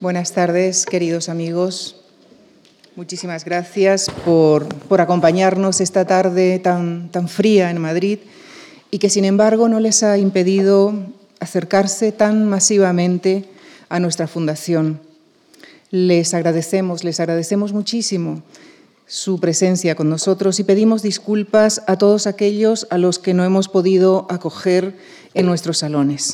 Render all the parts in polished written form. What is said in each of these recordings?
Buenas tardes, queridos amigos. Muchísimas gracias por acompañarnos esta tarde tan fría en Madrid y que, sin embargo, no les ha impedido acercarse tan masivamente a nuestra fundación. Les agradecemos muchísimo su presencia con nosotros y pedimos disculpas a todos aquellos a los que no hemos podido acoger en nuestros salones.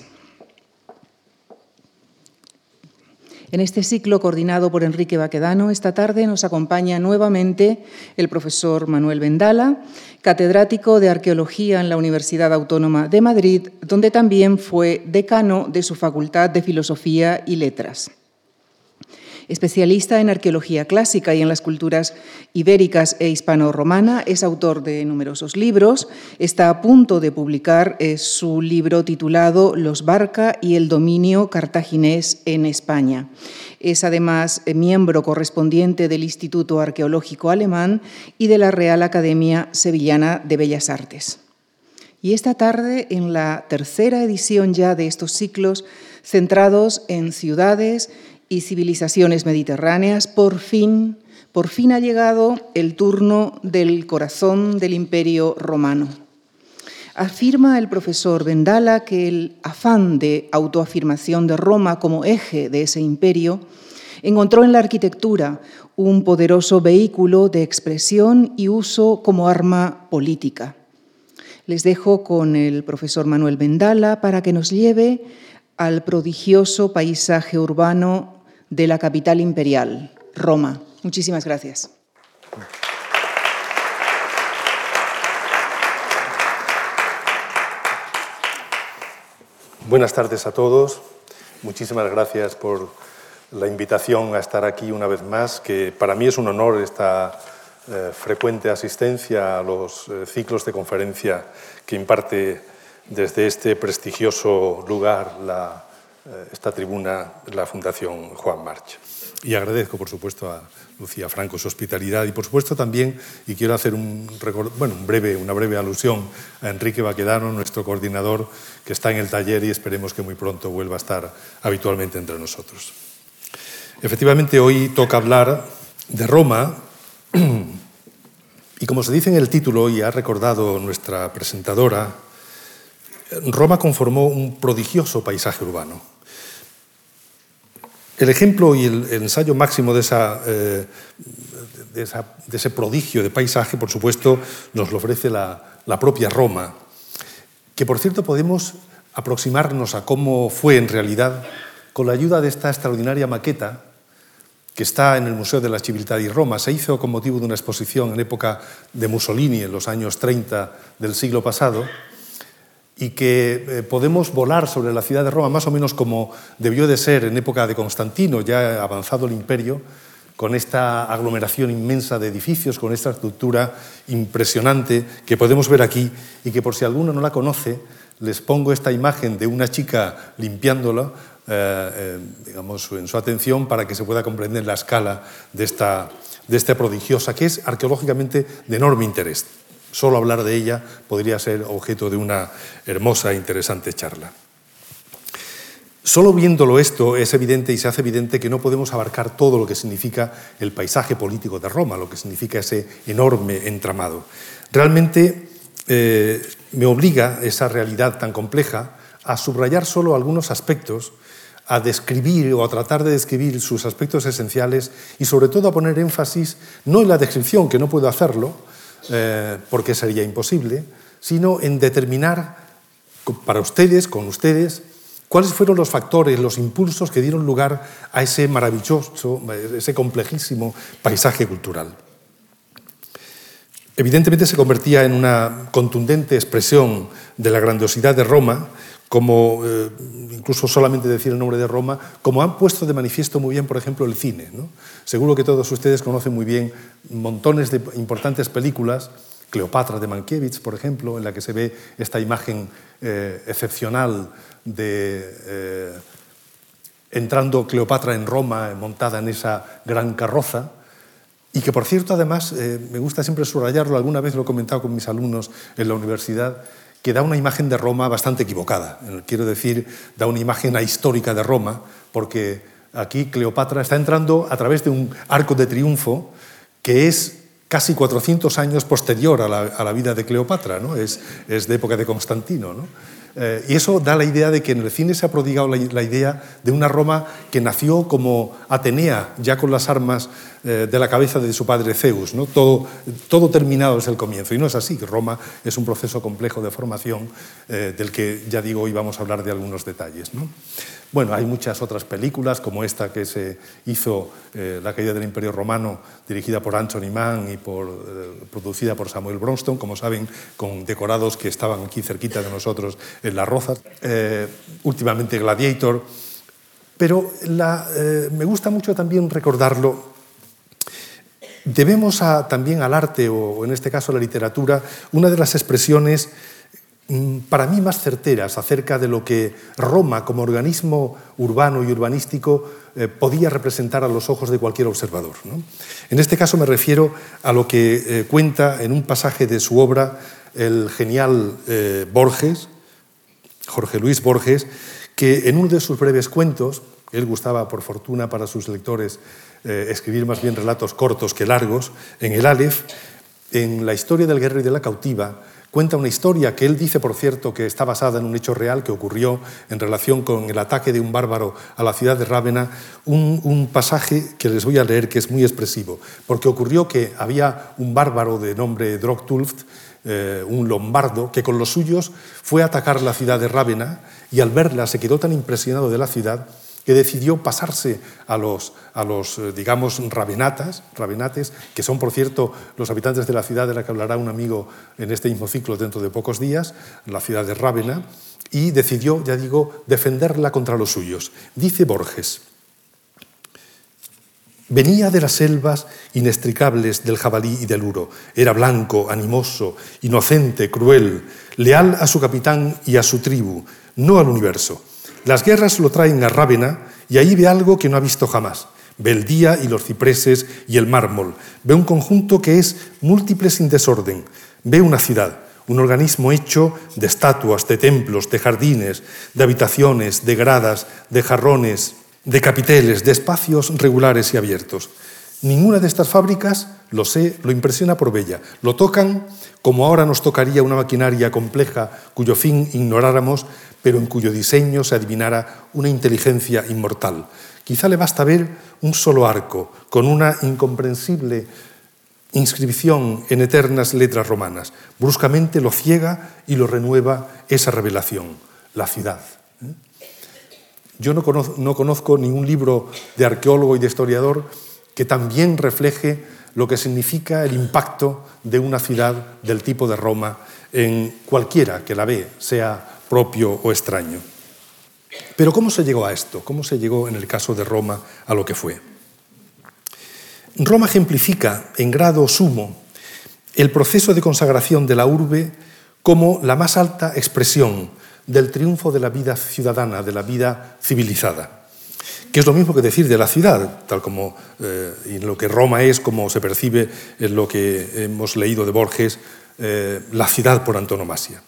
En este ciclo coordinado por Enrique Baquedano, esta tarde nos acompaña nuevamente el profesor Manuel Vendala, catedrático de Arqueología en la Universidad Autónoma de Madrid, donde también fue decano de su Facultad de Filosofía y Letras. Especialista en arqueología clásica y en las culturas ibéricas e hispano-romana, es autor de numerosos libros. Está a punto de publicar su libro titulado Los Barca y el dominio cartaginés en España. Es además miembro correspondiente del Instituto Arqueológico Alemán y de la Real Academia Sevillana de Bellas Artes. Y esta tarde, en la tercera edición ya de estos ciclos, centrados en ciudades y civilizaciones mediterráneas, por fin ha llegado el turno del corazón del Imperio Romano. Afirma el profesor Vendala que el afán de autoafirmación de Roma como eje de ese imperio encontró en la arquitectura un poderoso vehículo de expresión y uso como arma política. Les dejo con el profesor Manuel Vendala para que nos lleve al prodigioso paisaje urbano de la capital imperial, Roma. Muchísimas gracias. Buenas tardes a todos. Muchísimas gracias por la invitación a estar aquí una vez más, que para mí es un honor esta frecuente asistencia a los ciclos de conferencia que imparte desde este prestigioso lugar esta tribuna, la Fundación Juan March. Y agradezco, por supuesto, a Lucía Franco su hospitalidad y, por supuesto, también, y quiero hacer una breve alusión a Enrique Baquedano, nuestro coordinador, que está en el taller y esperemos que muy pronto vuelva a estar habitualmente entre nosotros. Efectivamente, hoy toca hablar de Roma y, como se dice en el título y ha recordado nuestra presentadora, Roma conformó un prodigioso paisaje urbano. El ejemplo y el ensayo máximo de ese prodigio de paisaje, por supuesto, nos lo ofrece la propia Roma, que, por cierto, podemos aproximarnos a cómo fue en realidad con la ayuda de esta extraordinaria maqueta que está en el Museo de la Civiltà di Roma. Se hizo con motivo de una exposición en época de Mussolini, en los años 30 del siglo pasado, y que podemos volar sobre la ciudad de Roma, más o menos como debió de ser en época de Constantino, ya avanzado el imperio, con esta aglomeración inmensa de edificios, con esta estructura impresionante que podemos ver aquí y que, por si alguno no la conoce, les pongo esta imagen de una chica limpiándola, digamos, en su atención para que se pueda comprender la escala de esta prodigiosa, que es arqueológicamente de enorme interés. Solo hablar de ella podría ser objeto de una hermosa e interesante charla. Solo viéndolo esto es evidente y se hace evidente que no podemos abarcar todo lo que significa el paisaje político de Roma, lo que significa ese enorme entramado. Realmente me obliga esa realidad tan compleja a subrayar solo algunos aspectos, a describir o a tratar de describir sus aspectos esenciales y sobre todo a poner énfasis no en la descripción, que no puedo hacerlo, porque sería imposible, sino en determinar para ustedes, con ustedes, cuáles fueron los factores, los impulsos que dieron lugar a ese maravilloso, ese complejísimo paisaje cultural. Evidentemente se convertía en una contundente expresión de la grandiosidad de Roma, como incluso solamente decir el nombre de Roma, como han puesto de manifiesto muy bien, por ejemplo, el cine, ¿no? Seguro que todos ustedes conocen muy bien montones de importantes películas, Cleopatra de Mankiewicz, por ejemplo, en la que se ve esta imagen excepcional de entrando Cleopatra en Roma, montada en esa gran carroza, y que, por cierto, además, me gusta siempre subrayarlo, alguna vez lo he comentado con mis alumnos en la universidad, que da una imagen de Roma bastante equivocada. Quiero decir, da una imagen ahistórica de Roma, porque Aquí Cleopatra está entrando a través de un arco de triunfo que es casi 400 años posterior a la vida de Cleopatra, ¿no? Es de época de Constantino, ¿no? Y eso da la idea de que en el cine se ha prodigado la idea de una Roma que nació como Atenea, ya con las armas de la cabeza de su padre Zeus, ¿no? Todo terminado desde el comienzo. Y no es así. Roma es un proceso complejo de formación del que, ya digo, hoy vamos a hablar de algunos detalles, ¿no? Bueno, hay muchas otras películas, como esta que se hizo, La caída del Imperio Romano, dirigida por Anthony Mann y producida por Samuel Bronston, como saben, con decorados que estaban aquí cerquita de nosotros en Las Rozas. Últimamente Gladiator. Pero me gusta mucho también recordarlo. Debemos también al arte, o en este caso a la literatura, una de las expresiones para mí más certeras acerca de lo que Roma como organismo urbano y urbanístico podía representar a los ojos de cualquier observador, ¿no? En este caso me refiero a lo que cuenta en un pasaje de su obra el genial Borges, Jorge Luis Borges, que en uno de sus breves cuentos, él gustaba por fortuna para sus lectores escribir más bien relatos cortos que largos, en el Aleph, en la historia del guerrero y de la cautiva, cuenta una historia que él dice, por cierto, que está basada en un hecho real que ocurrió en relación con el ataque de un bárbaro a la ciudad de Rávena, un pasaje que les voy a leer que es muy expresivo, porque ocurrió que había un bárbaro de nombre Drogtulft, un lombardo, que con los suyos fue a atacar la ciudad de Rávena y al verla se quedó tan impresionado de la ciudad que decidió pasarse a los digamos, ravenates, que son, por cierto, los habitantes de la ciudad de la que hablará un amigo en este mismo ciclo dentro de pocos días, la ciudad de Rávena, y decidió, ya digo, defenderla contra los suyos. Dice Borges: venía de las selvas inextricables del jabalí y del uro. Era blanco, animoso, inocente, cruel, leal a su capitán y a su tribu, no al universo. Las guerras lo traen a Rávena y ahí ve algo que no ha visto jamás. Ve el día y los cipreses y el mármol. Ve un conjunto que es múltiple sin desorden. Ve una ciudad, un organismo hecho de estatuas, de templos, de jardines, de habitaciones, de gradas, de jarrones, de capiteles, de espacios regulares y abiertos. Ninguna de estas fábricas, lo sé, lo impresiona por bella. Lo tocan como ahora nos tocaría una maquinaria compleja cuyo fin ignoráramos, pero en cuyo diseño se adivinara una inteligencia inmortal. Quizá le basta ver un solo arco con una incomprensible inscripción en eternas letras romanas. Bruscamente lo ciega y lo renueva esa revelación, la ciudad. Yo no conozco ningún libro de arqueólogo y de historiador que también refleje lo que significa el impacto de una ciudad del tipo de Roma en cualquiera que la ve, sea propio o extraño. Pero ¿cómo se llegó a esto? ¿Cómo se llegó en el caso de Roma a lo que fue? Roma ejemplifica en grado sumo el proceso de consagración de la urbe como la más alta expresión del triunfo de la vida ciudadana, de la vida civilizada, que es lo mismo que decir de la ciudad, tal como y lo que Roma es, como se percibe en lo que hemos leído de Borges, la ciudad por antonomasia.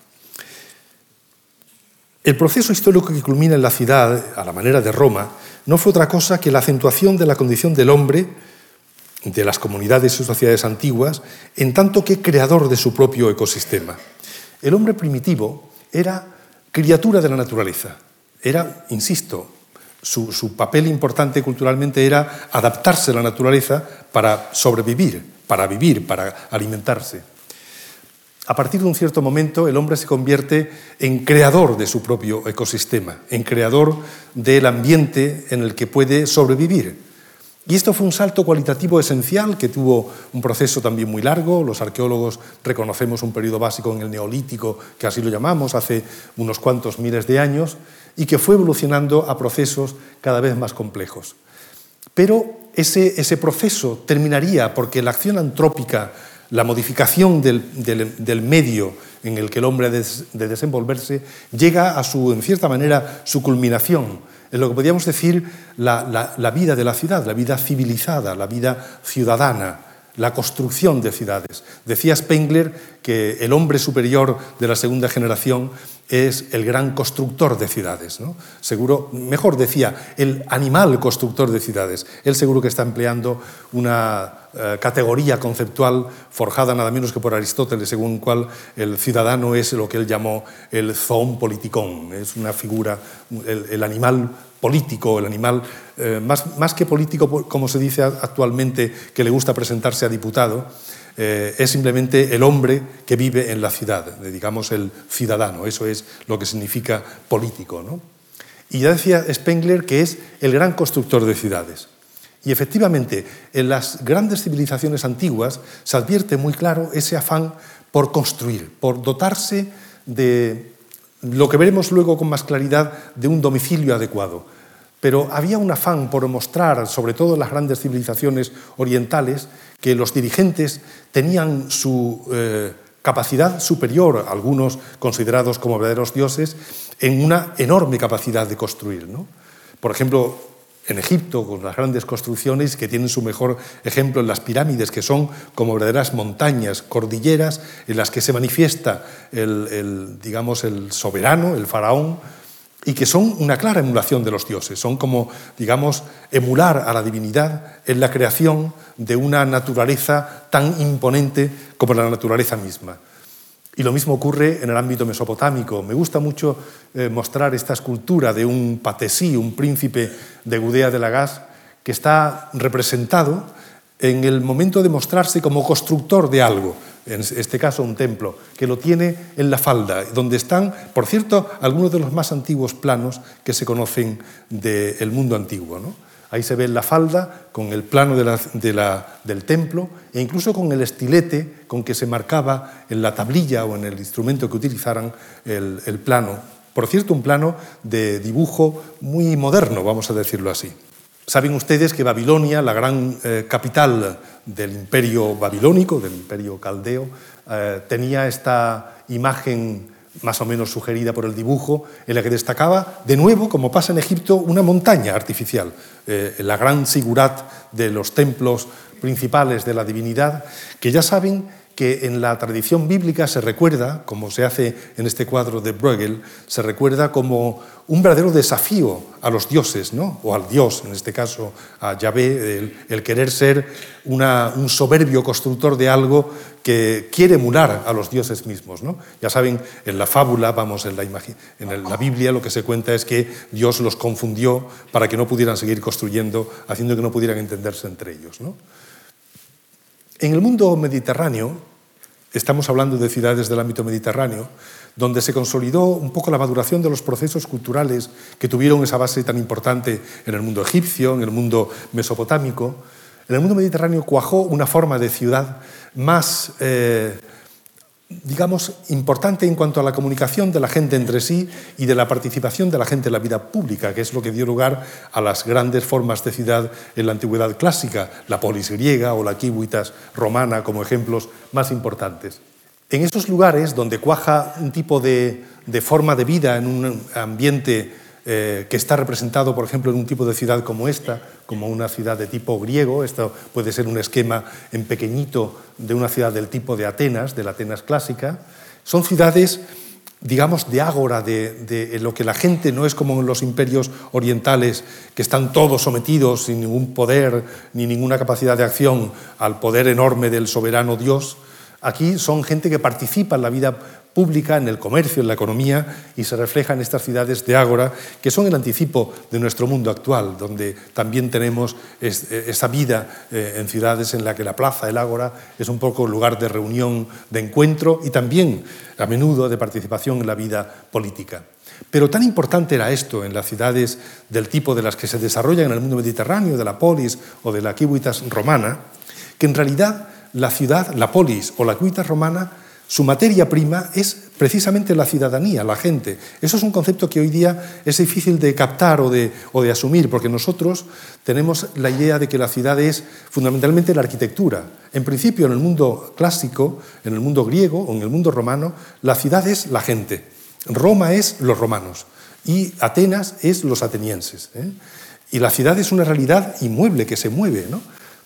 El proceso histórico que culmina en la ciudad, a la manera de Roma, no fue otra cosa que la acentuación de la condición del hombre, de las comunidades y sociedades antiguas, en tanto que creador de su propio ecosistema. El hombre primitivo era criatura de la naturaleza. Era, insisto, su papel importante culturalmente era adaptarse a la naturaleza para sobrevivir, para vivir, para alimentarse. A partir de un cierto momento, el hombre se convierte en creador de su propio ecosistema, en creador del ambiente en el que puede sobrevivir. Y esto fue un salto cualitativo esencial que tuvo un proceso también muy largo. Los arqueólogos reconocemos un periodo básico en el Neolítico, que así lo llamamos, hace unos cuantos miles de años, y que fue evolucionando a procesos cada vez más complejos. Pero ese proceso terminaría porque la acción antrópica, la modificación del medio en el que el hombre ha de desenvolverse, llega a en cierta manera, su culminación, en lo que podríamos decir la vida de la ciudad, la vida civilizada, la vida ciudadana, la construcción de ciudades. Decía Spengler que el hombre superior de la segunda generación es el gran constructor de ciudades, ¿no? Seguro, mejor decía, el animal constructor de ciudades. Él seguro que está empleando una categoría conceptual forjada nada menos que por Aristóteles, según cual el ciudadano es lo que él llamó el zoon politikon, es una figura, el animal político, el animal más que político, como se dice actualmente, que le gusta presentarse a diputado, es simplemente el hombre que vive en la ciudad, digamos el ciudadano, eso es lo que significa político, ¿no? Y ya decía Spengler que es el gran constructor de ciudades. Y efectivamente, en las grandes civilizaciones antiguas se advierte muy claro ese afán por construir, por dotarse de lo que veremos luego con más claridad, de un domicilio adecuado. Pero había un afán por mostrar, sobre todo en las grandes civilizaciones orientales, que los dirigentes tenían su capacidad superior, algunos considerados como verdaderos dioses, en una enorme capacidad de construir, ¿no? Por ejemplo, en Egipto, con las grandes construcciones que tienen su mejor ejemplo en las pirámides, que son como verdaderas montañas, cordilleras, en las que se manifiesta digamos, el soberano, el faraón, y que son una clara emulación de los dioses. Son como, digamos, emular a la divinidad en la creación de una naturaleza tan imponente como la naturaleza misma. Y lo mismo ocurre en el ámbito mesopotámico. Me gusta mucho mostrar esta escultura de un Patesí, un príncipe de Gudea de Lagash, que está representado en el momento de mostrarse como constructor de algo, en este caso un templo, que lo tiene en la falda, donde están, por cierto, algunos de los más antiguos planos que se conocen del mundo antiguo, ¿no? Ahí se ve en la falda con el plano del templo e incluso con el estilete con que se marcaba en la tablilla o en el instrumento que utilizaran el plano. Por cierto, un plano de dibujo muy moderno, vamos a decirlo así. Saben ustedes que Babilonia, la gran capital del imperio babilónico, del imperio caldeo, tenía esta imagen más o menos sugerida por el dibujo, en la que destacaba, de nuevo, como pasa en Egipto, una montaña artificial, la gran sigurat de los templos principales de la divinidad, que ya saben que en la tradición bíblica se recuerda, como se hace en este cuadro de Bruegel, se recuerda como un verdadero desafío a los dioses, ¿no? O al dios, en este caso a Yahvé, el querer ser un soberbio constructor de algo que quiere emular a los dioses mismos, ¿no? Ya saben, en la fábula, en la Biblia, lo que se cuenta es que Dios los confundió para que no pudieran seguir construyendo, haciendo que no pudieran entenderse entre ellos, ¿no? En el mundo mediterráneo, estamos hablando de ciudades del ámbito mediterráneo, donde se consolidó un poco la maduración de los procesos culturales que tuvieron esa base tan importante en el mundo egipcio, en el mundo mesopotámico. En el mundo mediterráneo cuajó una forma de ciudad más, digamos, importante en cuanto a la comunicación de la gente entre sí y de la participación de la gente en la vida pública, que es lo que dio lugar a las grandes formas de ciudad en la antigüedad clásica, la polis griega o la civitas romana como ejemplos más importantes. En esos lugares donde cuaja un tipo de forma de vida en un ambiente que está representado, por ejemplo, en un tipo de ciudad como esta, como una ciudad de tipo griego, esto puede ser un esquema en pequeñito de una ciudad del tipo de Atenas, de la Atenas clásica, son ciudades, digamos, de ágora, de lo que la gente no es como en los imperios orientales, que están todos sometidos sin ningún poder ni ninguna capacidad de acción al poder enorme del soberano Dios. Aquí son gente que participa en la vida pública, en el comercio, en la economía, y se refleja en estas ciudades de ágora, que son el anticipo de nuestro mundo actual, donde también tenemos esa vida en ciudades en la que la plaza, el ágora, es un poco el lugar de reunión, de encuentro y también, a menudo, de participación en la vida política. Pero tan importante era esto en las ciudades del tipo de las que se desarrollan en el mundo mediterráneo, de la polis o de la civitas romana, que en realidad la ciudad, la polis o la civitas romana, su materia prima es precisamente la ciudadanía, la gente. Eso es un concepto que hoy día es difícil de captar o de asumir, porque nosotros tenemos la idea de que la ciudad es fundamentalmente la arquitectura. En principio, en el mundo clásico, en el mundo griego o en el mundo romano, la ciudad es la gente. Roma es los romanos y Atenas es los atenienses, ¿eh? Y la ciudad es una realidad inmueble que se mueve, ¿no?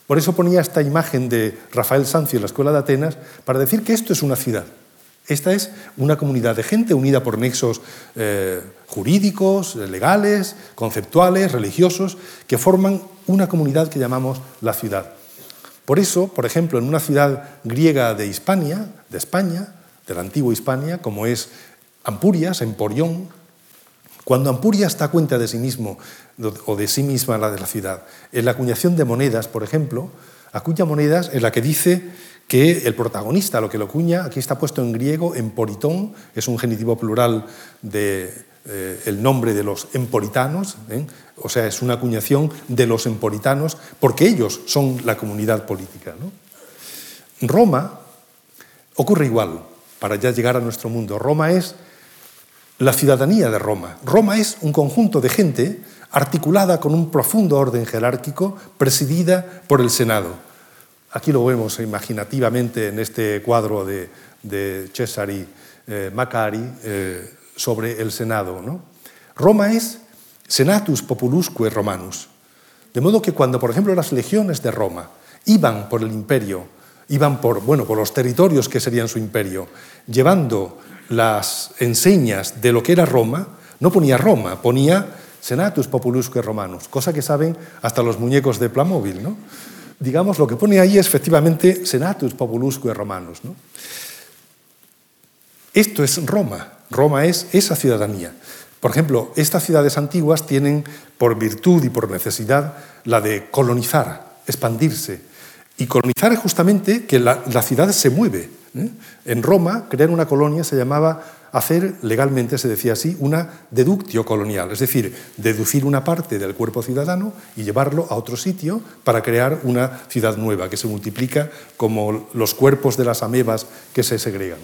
Por eso ponía esta imagen de Rafael Sanzio en la Escuela de Atenas para decir que esto es una ciudad. Esta es una comunidad de gente unida por nexos jurídicos, legales, conceptuales, religiosos, que forman una comunidad que llamamos la ciudad. Por eso, por ejemplo, en una ciudad griega de Hispania, de España, de la antigua Hispania, como es Ampurias, Emporión, cuando Ampurias da cuenta de sí mismo o de sí misma la de la ciudad, en la acuñación de monedas, por ejemplo, acuña monedas en la que dice que el protagonista, lo que lo acuña, aquí está puesto en griego, emporitón, es un genitivo plural del nombre de los emporitanos, o sea, es una acuñación de los emporitanos, porque ellos son la comunidad política, ¿no? Roma ocurre igual, para ya llegar a nuestro mundo. Roma es la ciudadanía de Roma. Roma es un conjunto de gente articulada con un profundo orden jerárquico, presidida por el Senado. Aquí lo vemos imaginativamente en este cuadro de Cesari Macari sobre el Senado, ¿no? Roma es senatus populusque Romanus. De modo que cuando, por ejemplo, las legiones de Roma iban por el imperio, iban por los territorios que serían su imperio, llevando las enseñas de lo que era Roma, no ponía Roma, ponía senatus populusque Romanus, cosa que saben hasta los muñecos de Playmobil, ¿no? Digamos, lo que pone ahí es efectivamente senatus populusque Romanus, ¿no? Esto es Roma. Roma es esa ciudadanía. Por ejemplo, estas ciudades antiguas tienen por virtud y por necesidad la de colonizar, expandirse. Y colonizar es justamente que la ciudad se mueve. En Roma, crear una colonia se llamaba hacer, legalmente se decía así, una deductio colonial, es decir, deducir una parte del cuerpo ciudadano y llevarlo a otro sitio para crear una ciudad nueva, que se multiplica como los cuerpos de las amebas que se segregan.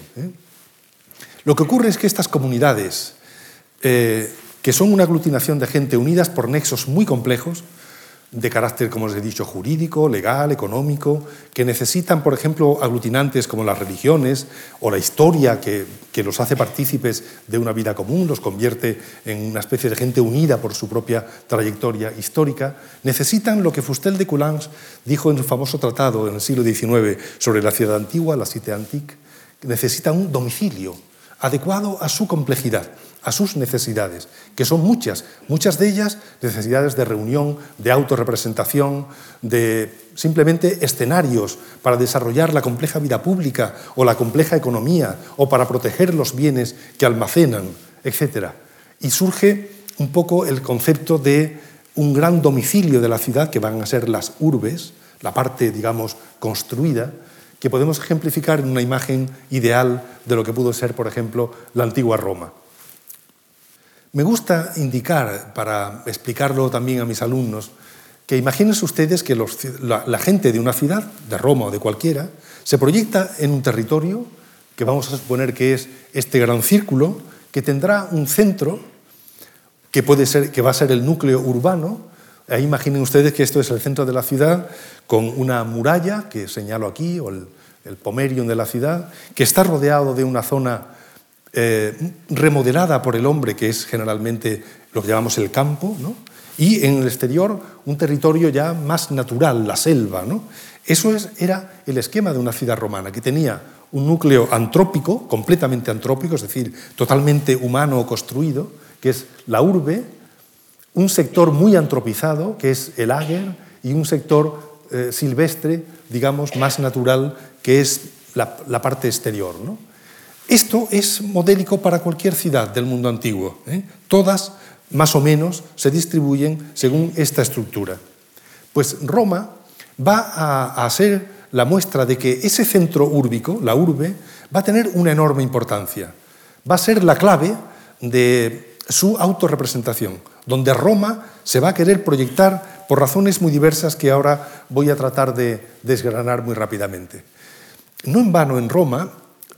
Lo que ocurre es que estas comunidades, que son una aglutinación de gente unidas por nexos muy complejos, de carácter, como os he dicho, jurídico, legal, económico, que necesitan, por ejemplo, aglutinantes como las religiones o la historia que los hace partícipes de una vida común, los convierte en una especie de gente unida por su propia trayectoria histórica, necesitan lo que Fustel de Coulanges dijo en su famoso tratado en el siglo XIX sobre la ciudad antigua, la Cité Antique, necesitan un domicilio adecuado a su complejidad, a sus necesidades, que son muchas de ellas necesidades de reunión, de autorrepresentación, de simplemente escenarios para desarrollar la compleja vida pública o la compleja economía o para proteger los bienes que almacenan, etc. Y surge un poco el concepto de un gran domicilio de la ciudad, que van a ser las urbes, la parte, digamos, construida, que podemos ejemplificar en una imagen ideal de lo que pudo ser, por ejemplo, la antigua Roma. Me gusta indicar, para explicarlo también a mis alumnos, que imagínense ustedes que la gente de una ciudad, de Roma o de cualquiera, se proyecta en un territorio, que vamos a suponer que es este gran círculo, que tendrá un centro, que va a ser el núcleo urbano. Ahí imaginen ustedes que esto es el centro de la ciudad, con una muralla, que señalo aquí, o el pomerium de la ciudad, que está rodeado de una zona remodelada por el hombre, que es generalmente lo que llamamos el campo, ¿no? Y en el exterior un territorio ya más natural, la selva, ¿no? Eso era el esquema de una ciudad romana, que tenía un núcleo antrópico, completamente antrópico, es decir, totalmente humano o construido, que es la urbe, un sector muy antropizado, que es el ager, y un sector silvestre, digamos, más natural, que es la parte exterior, ¿no? Esto es modélico para cualquier ciudad del mundo antiguo, ¿eh? Todas, más o menos, se distribuyen según esta estructura. Pues Roma va a ser la muestra de que ese centro úrbico, la urbe, va a tener una enorme importancia. Va a ser la clave de su autorrepresentación, donde Roma se va a querer proyectar por razones muy diversas que ahora voy a tratar de desgranar muy rápidamente. No en vano en Roma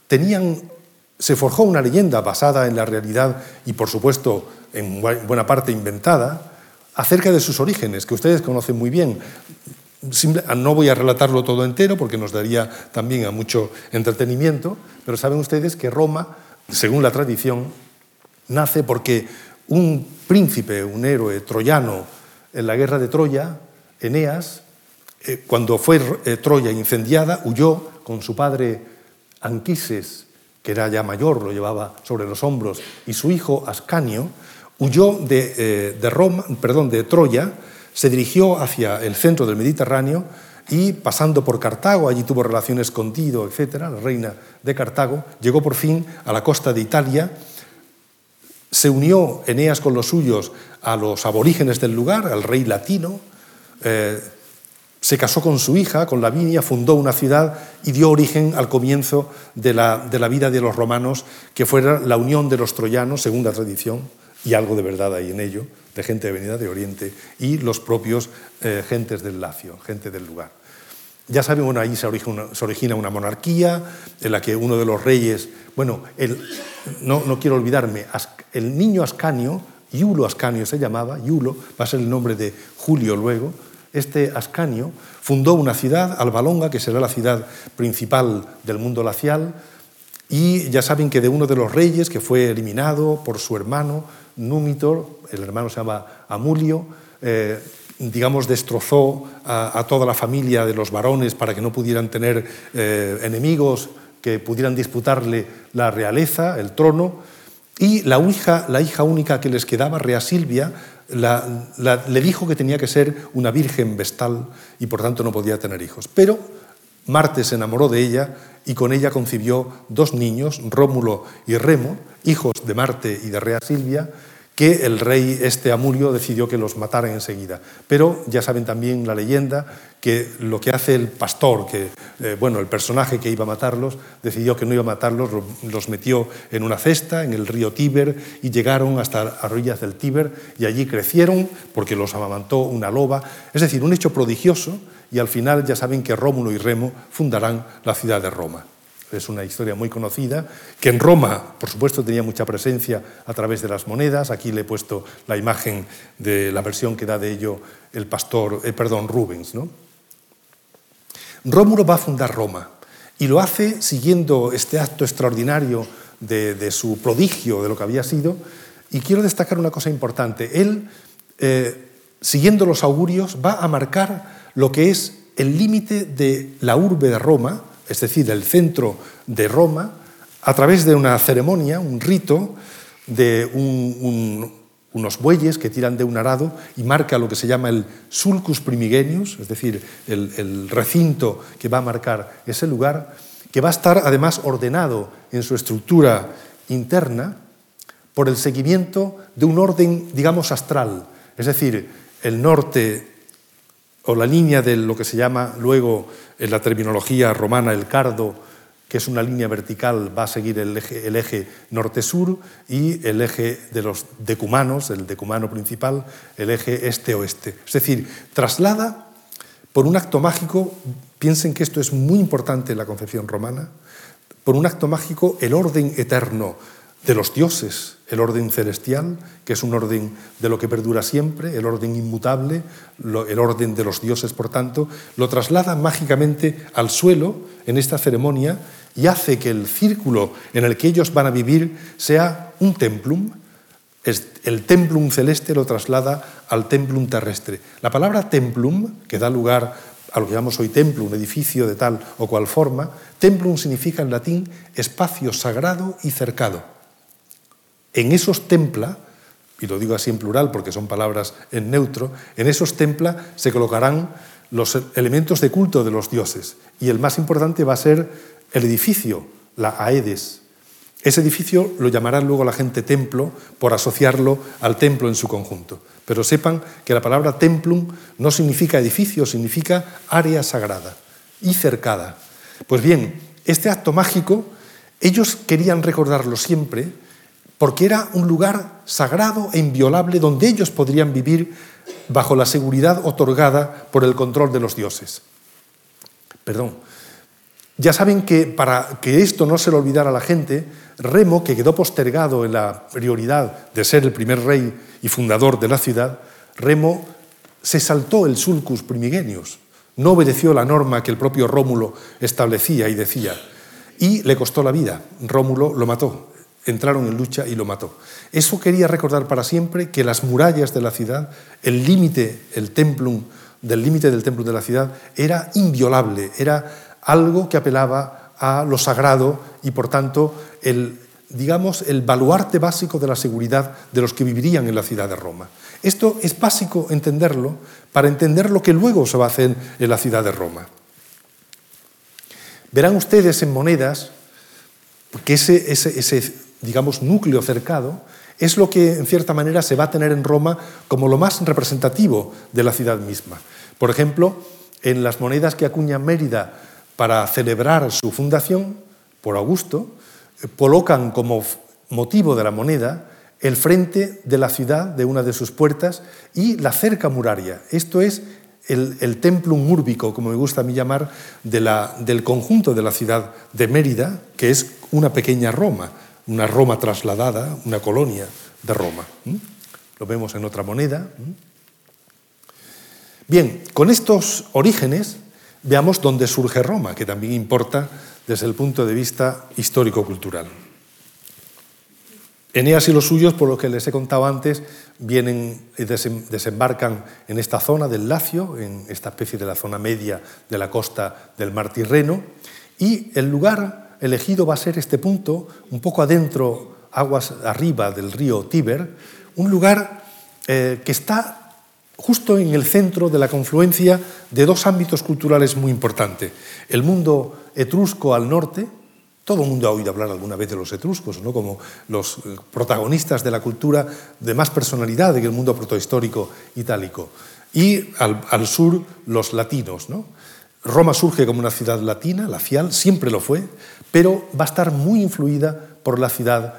se forjó una leyenda basada en la realidad y, por supuesto, en buena parte inventada, acerca de sus orígenes, que ustedes conocen muy bien. No voy a relatarlo todo entero porque nos daría también a mucho entretenimiento, pero saben ustedes que Roma, según la tradición, nace porque un príncipe, un héroe troyano en la guerra de Troya, Eneas, Cuando fue Troya incendiada, huyó con su padre Anquises, que era ya mayor, lo llevaba sobre los hombros, y su hijo Ascanio, huyó de Troya, se dirigió hacia el centro del Mediterráneo y, pasando por Cartago, allí tuvo relaciones con Dido, etc., la reina de Cartago, llegó por fin a la costa de Italia. Se unió Eneas con los suyos a los aborígenes del lugar, al rey latino, se casó con su hija, con Lavinia, fundó una ciudad y dio origen al comienzo de la vida de los romanos, que fuera la unión de los troyanos, según la tradición, y algo de verdad hay en ello, de gente venida de Oriente, y los propios gentes del Lacio, gente del lugar. Ya saben, bueno, ahí se origina una monarquía en la que uno de los reyes, bueno, no quiero olvidarme, el niño Ascanio, Iulo Ascanio se llamaba, Iulo va a ser el nombre de Julio luego. Este Ascanio fundó una ciudad, Alba Longa, que será la ciudad principal del mundo lacial, y ya saben que de uno de los reyes que fue eliminado por su hermano Númitor, el hermano se llama Amulio, destrozó a toda la familia de los varones para que no pudieran tener enemigos que pudieran disputarle la realeza, el trono, y la hija única que les quedaba, Rea Silvia, le dijo que tenía que ser una virgen vestal y por tanto no podía tener hijos. Pero Marte se enamoró de ella y con ella concibió 2 niños, Rómulo y Remo, hijos de Marte y de Rea Silvia, que el rey Amulio decidió que los mataran enseguida. Pero ya saben también la leyenda que lo que hace el pastor, el personaje que iba a matarlos, decidió que no iba a matarlos, los metió en una cesta en el río Tíber y llegaron hasta las orillas del Tíber y allí crecieron porque los amamantó una loba. Es decir, un hecho prodigioso, y al final ya saben que Rómulo y Remo fundarán la ciudad de Roma. Es una historia muy conocida, que en Roma, por supuesto, tenía mucha presencia a través de las monedas. Aquí le he puesto la imagen de la versión que da de ello el Rubens, ¿no? Rómulo va a fundar Roma y lo hace siguiendo este acto extraordinario de su prodigio, de lo que había sido. Y quiero destacar una cosa importante. Él, siguiendo los augurios, va a marcar lo que es el límite de la urbe de Roma, es decir, del centro de Roma, a través de una ceremonia, un rito de unos bueyes que tiran de un arado y marca lo que se llama el sulcus primigenius, es decir, el recinto que va a marcar ese lugar, que va a estar además ordenado en su estructura interna por el seguimiento de un orden, digamos, astral, es decir, el norte o la línea de lo que se llama luego en la terminología romana el cardo, que es una línea vertical, va a seguir el eje norte-sur, y el eje de los decumanos, el decumano principal, el eje este-oeste. Es decir, traslada por un acto mágico, piensen que esto es muy importante en la concepción romana, por un acto mágico el orden eterno de los dioses, el orden celestial, que es un orden de lo que perdura siempre, el orden inmutable, el orden de los dioses, por tanto, lo traslada mágicamente al suelo en esta ceremonia y hace que el círculo en el que ellos van a vivir sea un templum. El templum celeste lo traslada al templum terrestre. La palabra templum, que da lugar a lo que llamamos hoy templo, un edificio de tal o cual forma, templum significa en latín espacio sagrado y cercado. En esos templa, y lo digo así en plural porque son palabras en neutro, en esos templa se colocarán los elementos de culto de los dioses, y el más importante va a ser el edificio, la aedes. Ese edificio lo llamará luego la gente templo por asociarlo al templo en su conjunto. Pero sepan que la palabra templum no significa edificio, significa área sagrada y cercada. Pues bien, este acto mágico, ellos querían recordarlo siempre porque era un lugar sagrado e inviolable donde ellos podrían vivir bajo la seguridad otorgada por el control de los dioses. Ya saben que para que esto no se lo olvidara a la gente, Remo, que quedó postergado en la prioridad de ser el primer rey y fundador de la ciudad, Remo se saltó el sulcus primigenius, no obedeció la norma que el propio Rómulo establecía y decía, y le costó la vida. Rómulo lo mató. Entraron en lucha y lo mató. Eso quería recordar para siempre que las murallas de la ciudad, el límite, el templum del límite del templo de la ciudad era inviolable, era algo que apelaba a lo sagrado y, por tanto, el baluarte básico de la seguridad de los que vivirían en la ciudad de Roma. Esto es básico entenderlo para entender lo que luego se va a hacer en la ciudad de Roma. Verán ustedes en monedas que ese núcleo cercado es lo que, en cierta manera, se va a tener en Roma como lo más representativo de la ciudad misma. Por ejemplo, en las monedas que acuña Mérida para celebrar su fundación por Augusto, colocan como motivo de la moneda el frente de la ciudad, de una de sus puertas, y la cerca muraria. Esto es el templum urbico, como me gusta a mí llamar, del conjunto de la ciudad de Mérida, que es una pequeña Roma, una Roma trasladada, una colonia de Roma. Lo vemos en otra moneda. Bien, con estos orígenes veamos dónde surge Roma, que también importa desde el punto de vista histórico-cultural. Eneas y los suyos, por lo que les he contado antes, desembarcan en esta zona del Lacio, en esta especie de la zona media de la costa del mar Tirreno, y el lugar elegido va a ser este punto, un poco adentro, aguas arriba del río Tíber, un lugar que está justo en el centro de la confluencia de dos ámbitos culturales muy importantes. El mundo etrusco al norte. Todo el mundo ha oído hablar alguna vez de los etruscos, ¿no?, como los protagonistas de la cultura de más personalidad en el mundo protohistórico itálico. Y al sur, los latinos, ¿no? Roma surge como una ciudad latina, lacial, siempre lo fue, pero va a estar muy influida por la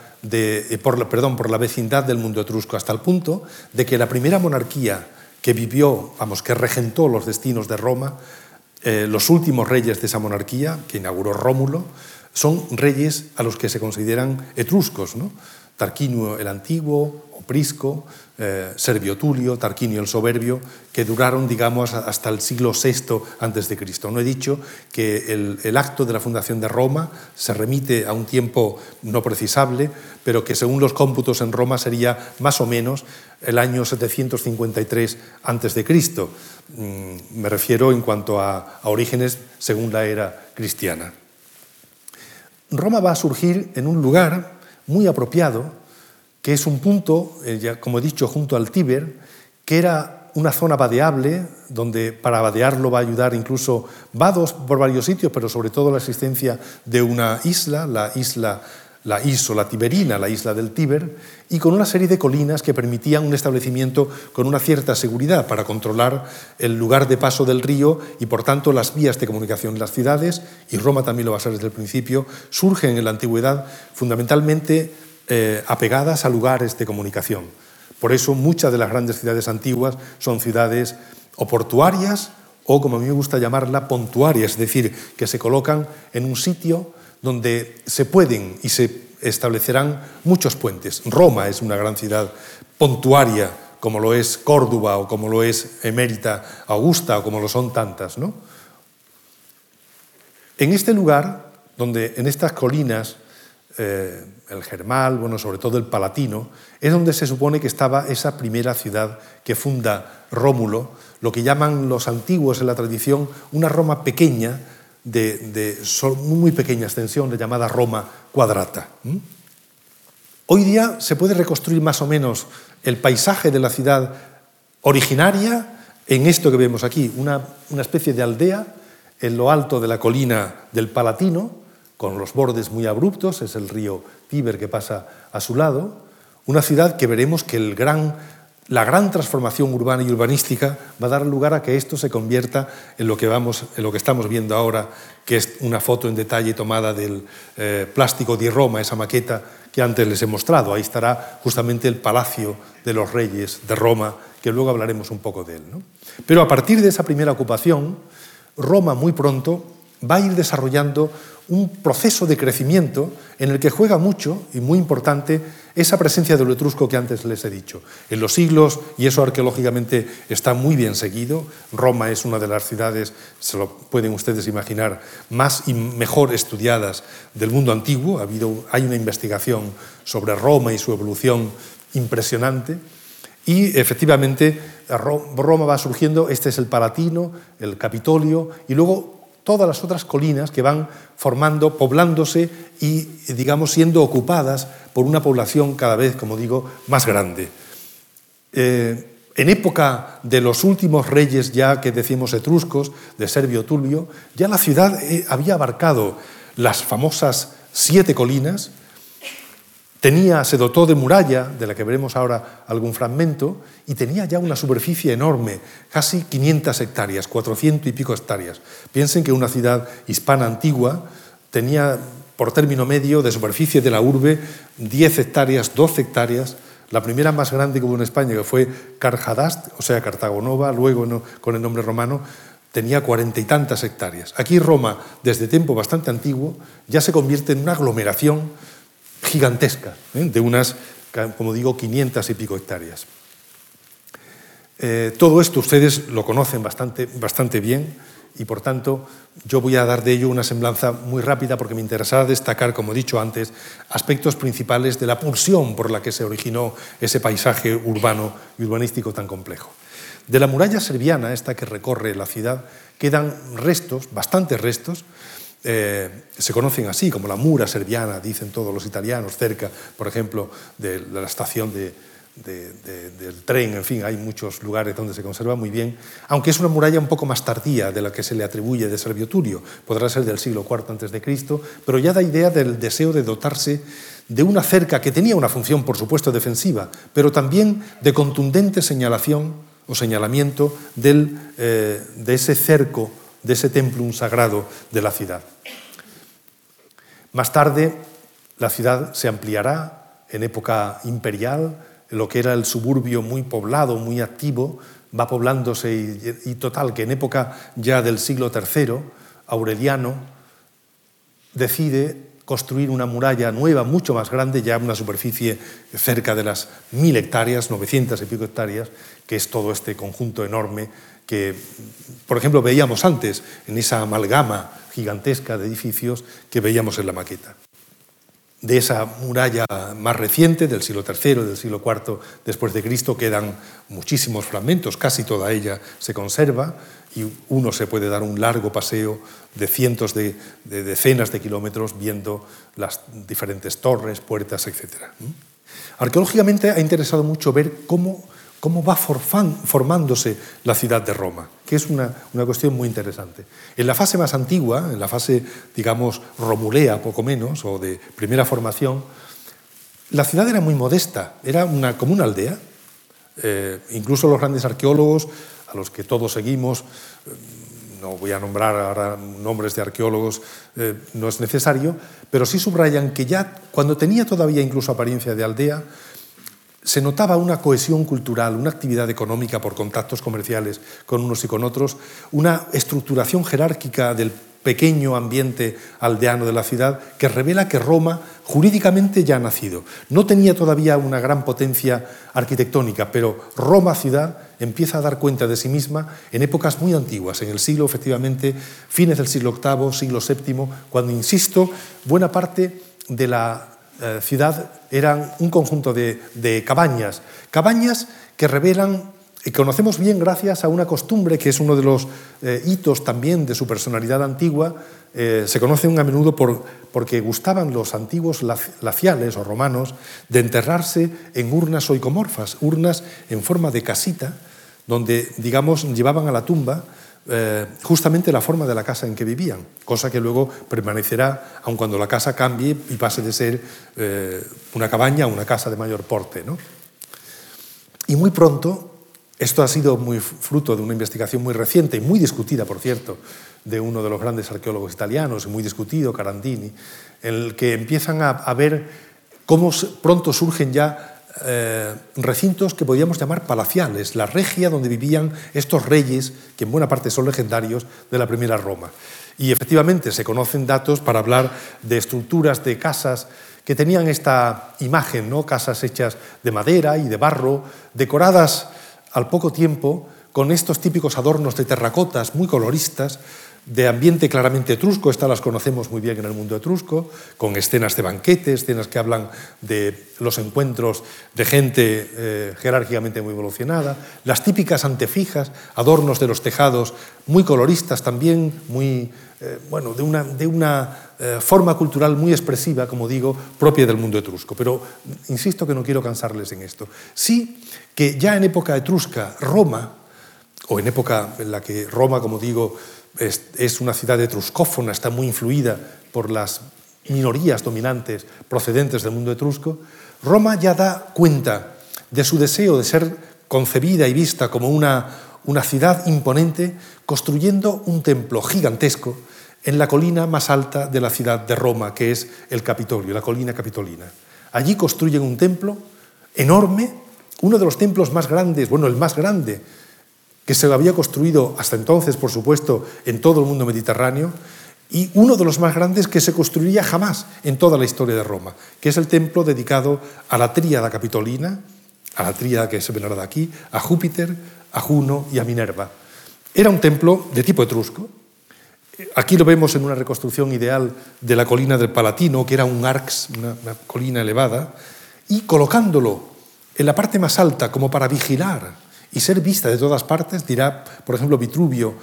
vecindad del mundo etrusco, hasta el punto de que la primera monarquía que vivió, que regentó los destinos de Roma, los últimos reyes de esa monarquía, que inauguró Rómulo, son reyes a los que se consideran etruscos, ¿no? Tarquinio el Antiguo, Prisco, Servio Tulio, Tarquinio el Soberbio, que duraron, hasta el siglo VI a.C. No he dicho que el acto de la fundación de Roma se remite a un tiempo no precisable, pero que según los cómputos en Roma sería más o menos el año 753 a.C. Me refiero en cuanto a orígenes según la era cristiana. Roma va a surgir en un lugar muy apropiado, que es un punto, como he dicho, junto al Tíber, que era una zona vadeable, donde para vadearlo va a ayudar incluso vados por varios sitios, pero sobre todo la existencia de una isla, la Isola Tiberina, la isla del Tíber, y con una serie de colinas que permitían un establecimiento con una cierta seguridad para controlar el lugar de paso del río y, por tanto, las vías de comunicación en las ciudades, y Roma también lo va a ser desde el principio, surgen en la antigüedad fundamentalmente apegadas a lugares de comunicación. Por eso muchas de las grandes ciudades antiguas son ciudades o portuarias o, como a mí me gusta llamarla, pontuarias, es decir, que se colocan en un sitio donde se pueden y se establecerán muchos puentes. Roma es una gran ciudad pontuaria, como lo es Córdoba o como lo es Emérita Augusta o como lo son tantas, ¿no? En este lugar, en estas colinas, el Germal, sobre todo el Palatino, es donde se supone que estaba esa primera ciudad que funda Rómulo, lo que llaman los antiguos en la tradición una Roma pequeña, de muy pequeña extensión, llamada Roma Quadrata. Hoy día se puede reconstruir más o menos el paisaje de la ciudad originaria en esto que vemos aquí, una especie de aldea en lo alto de la colina del Palatino, con los bordes muy abruptos, es el río Tíber que pasa a su lado, una ciudad que veremos que la gran transformación urbana y urbanística va a dar lugar a que esto se convierta en lo que estamos viendo ahora, que es una foto en detalle tomada del plástico di Roma, esa maqueta que antes les he mostrado. Ahí estará justamente el Palacio de los Reyes de Roma, que luego hablaremos un poco de él, ¿no? Pero a partir de esa primera ocupación, Roma muy pronto va a ir desarrollando un proceso de crecimiento en el que juega mucho y muy importante esa presencia de lo etrusco que antes les he dicho. En los siglos, y eso arqueológicamente está muy bien seguido, Roma es una de las ciudades, se lo pueden ustedes imaginar, más y mejor estudiadas del mundo antiguo. Hay una investigación sobre Roma y su evolución impresionante. Y efectivamente Roma va surgiendo, este es el Palatino, el Capitolio, y luego todas las otras colinas que van formando, poblándose y, digamos, siendo ocupadas por una población cada vez, como digo, más grande. En época de los últimos reyes, ya que decimos etruscos, de Servio Tulio, ya la ciudad había abarcado las famosas 7 colinas, se dotó de muralla, de la que veremos ahora algún fragmento, y tenía ya una superficie enorme, casi 500 hectáreas, 400 y pico hectáreas. Piensen que una ciudad hispana antigua tenía, por término medio de superficie de la urbe, 10 hectáreas, 12 hectáreas. La primera más grande que hubo en España, que fue Carhadast, o sea, Cartago Nova, luego con el nombre romano, tenía 40 y tantas hectáreas. Aquí Roma, desde tiempo bastante antiguo, ya se convierte en una aglomeración gigantesca, de unas, como digo, 500 y pico hectáreas. Todo esto ustedes lo conocen bastante bien y, por tanto, yo voy a dar de ello una semblanza muy rápida porque me interesará destacar, como he dicho antes, aspectos principales de la pulsión por la que se originó ese paisaje urbano y urbanístico tan complejo. De la muralla serviana, esta que recorre la ciudad, quedan restos, bastantes restos. Se conocen así, como la mura serviana, dicen todos los italianos, cerca, por ejemplo, de la estación del tren. En fin, hay muchos lugares donde se conserva muy bien, aunque es una muralla un poco más tardía de la que se le atribuye de Servio Tulio, podrá ser del siglo IV a.C., pero ya da idea del deseo de dotarse de una cerca que tenía una función, por supuesto, defensiva, pero también de contundente señalación o señalamiento de ese cerco, de ese templum sagrado de la ciudad. Más tarde, la ciudad se ampliará en época imperial, lo que era el suburbio muy poblado, muy activo, va poblándose y total, que en época ya del siglo III, Aureliano decide construir una muralla nueva, mucho más grande, ya una superficie cerca de las 1000 hectáreas, 900 y pico hectáreas, que es todo este conjunto enorme que, por ejemplo, veíamos antes en esa amalgama gigantesca de edificios que veíamos en la maqueta. De esa muralla más reciente, del siglo III, del siglo IV después de Cristo, quedan muchísimos fragmentos, casi toda ella se conserva y uno se puede dar un largo paseo de cientos de decenas de kilómetros viendo las diferentes torres, puertas, etc. Arqueológicamente ha interesado mucho ver cómo va formándose la ciudad de Roma, que es una cuestión muy interesante. En la fase más antigua, en la fase, digamos, romulea, poco menos, o de primera formación, la ciudad era muy modesta, era como una aldea. Incluso los grandes arqueólogos, a los que todos seguimos, no voy a nombrar ahora nombres de arqueólogos, no es necesario, pero sí subrayan que ya cuando tenía todavía incluso apariencia de aldea, se notaba una cohesión cultural, una actividad económica por contactos comerciales con unos y con otros, una estructuración jerárquica del pequeño ambiente aldeano de la ciudad que revela que Roma jurídicamente ya ha nacido. No tenía todavía una gran potencia arquitectónica, pero Roma ciudad empieza a dar cuenta de sí misma en épocas muy antiguas, en el siglo, efectivamente, fines del siglo VIII, siglo VII, cuando, insisto, buena parte de la ciudad eran un conjunto de cabañas que revelan, y conocemos bien gracias a una costumbre que es uno de los hitos también de su personalidad antigua. Se conocen a menudo porque gustaban los antiguos laciales o romanos de enterrarse en urnas oicomorfas, urnas en forma de casita, donde, digamos, llevaban a la tumba justamente la forma de la casa en que vivían, cosa que luego permanecerá aun cuando la casa cambie y pase de ser una cabaña a una casa de mayor porte, ¿no? Y muy pronto, esto ha sido muy fruto de una investigación muy reciente y muy discutida, por cierto, de uno de los grandes arqueólogos italianos, muy discutido, Carandini, en el que empiezan a ver cómo pronto surgen ya recintos que podríamos llamar palaciales, la regia donde vivían estos reyes, que en buena parte son legendarios, de la primera Roma. Y efectivamente se conocen datos para hablar de estructuras de casas que tenían esta imagen, ¿no? Casas hechas de madera y de barro, decoradas al poco tiempo con estos típicos adornos de terracotas muy coloristas, de ambiente claramente etrusco, estas las conocemos muy bien en el mundo etrusco, con escenas de banquete, escenas que hablan de los encuentros de gente jerárquicamente muy evolucionada, las típicas antefijas, adornos de los tejados muy coloristas también, muy, de una forma cultural muy expresiva, como digo, propia del mundo etrusco. Pero insisto que no quiero cansarles en esto. Sí que ya en época etrusca, Roma, o en época en la que Roma, como digo, es una ciudad etruscófona, está muy influida por las minorías dominantes procedentes del mundo etrusco, Roma ya da cuenta de su deseo de ser concebida y vista como una ciudad imponente, construyendo un templo gigantesco en la colina más alta de la ciudad de Roma, que es el Capitolio, la colina capitolina. Allí construyen un templo enorme, uno de los templos más grandes, bueno, el más grande, que se había construido hasta entonces, por supuesto, en todo el mundo mediterráneo, y uno de los más grandes que se construiría jamás en toda la historia de Roma, que es el templo dedicado a la tríada capitolina, a la tríada que se venerada aquí, a Júpiter, a Juno y a Minerva. Era un templo de tipo etrusco. Aquí lo vemos en una reconstrucción ideal de la colina del Palatino, que era un arx, una colina elevada, y colocándolo en la parte más alta como para vigilar y ser vista de todas partes, dirá, por ejemplo, Vitruvio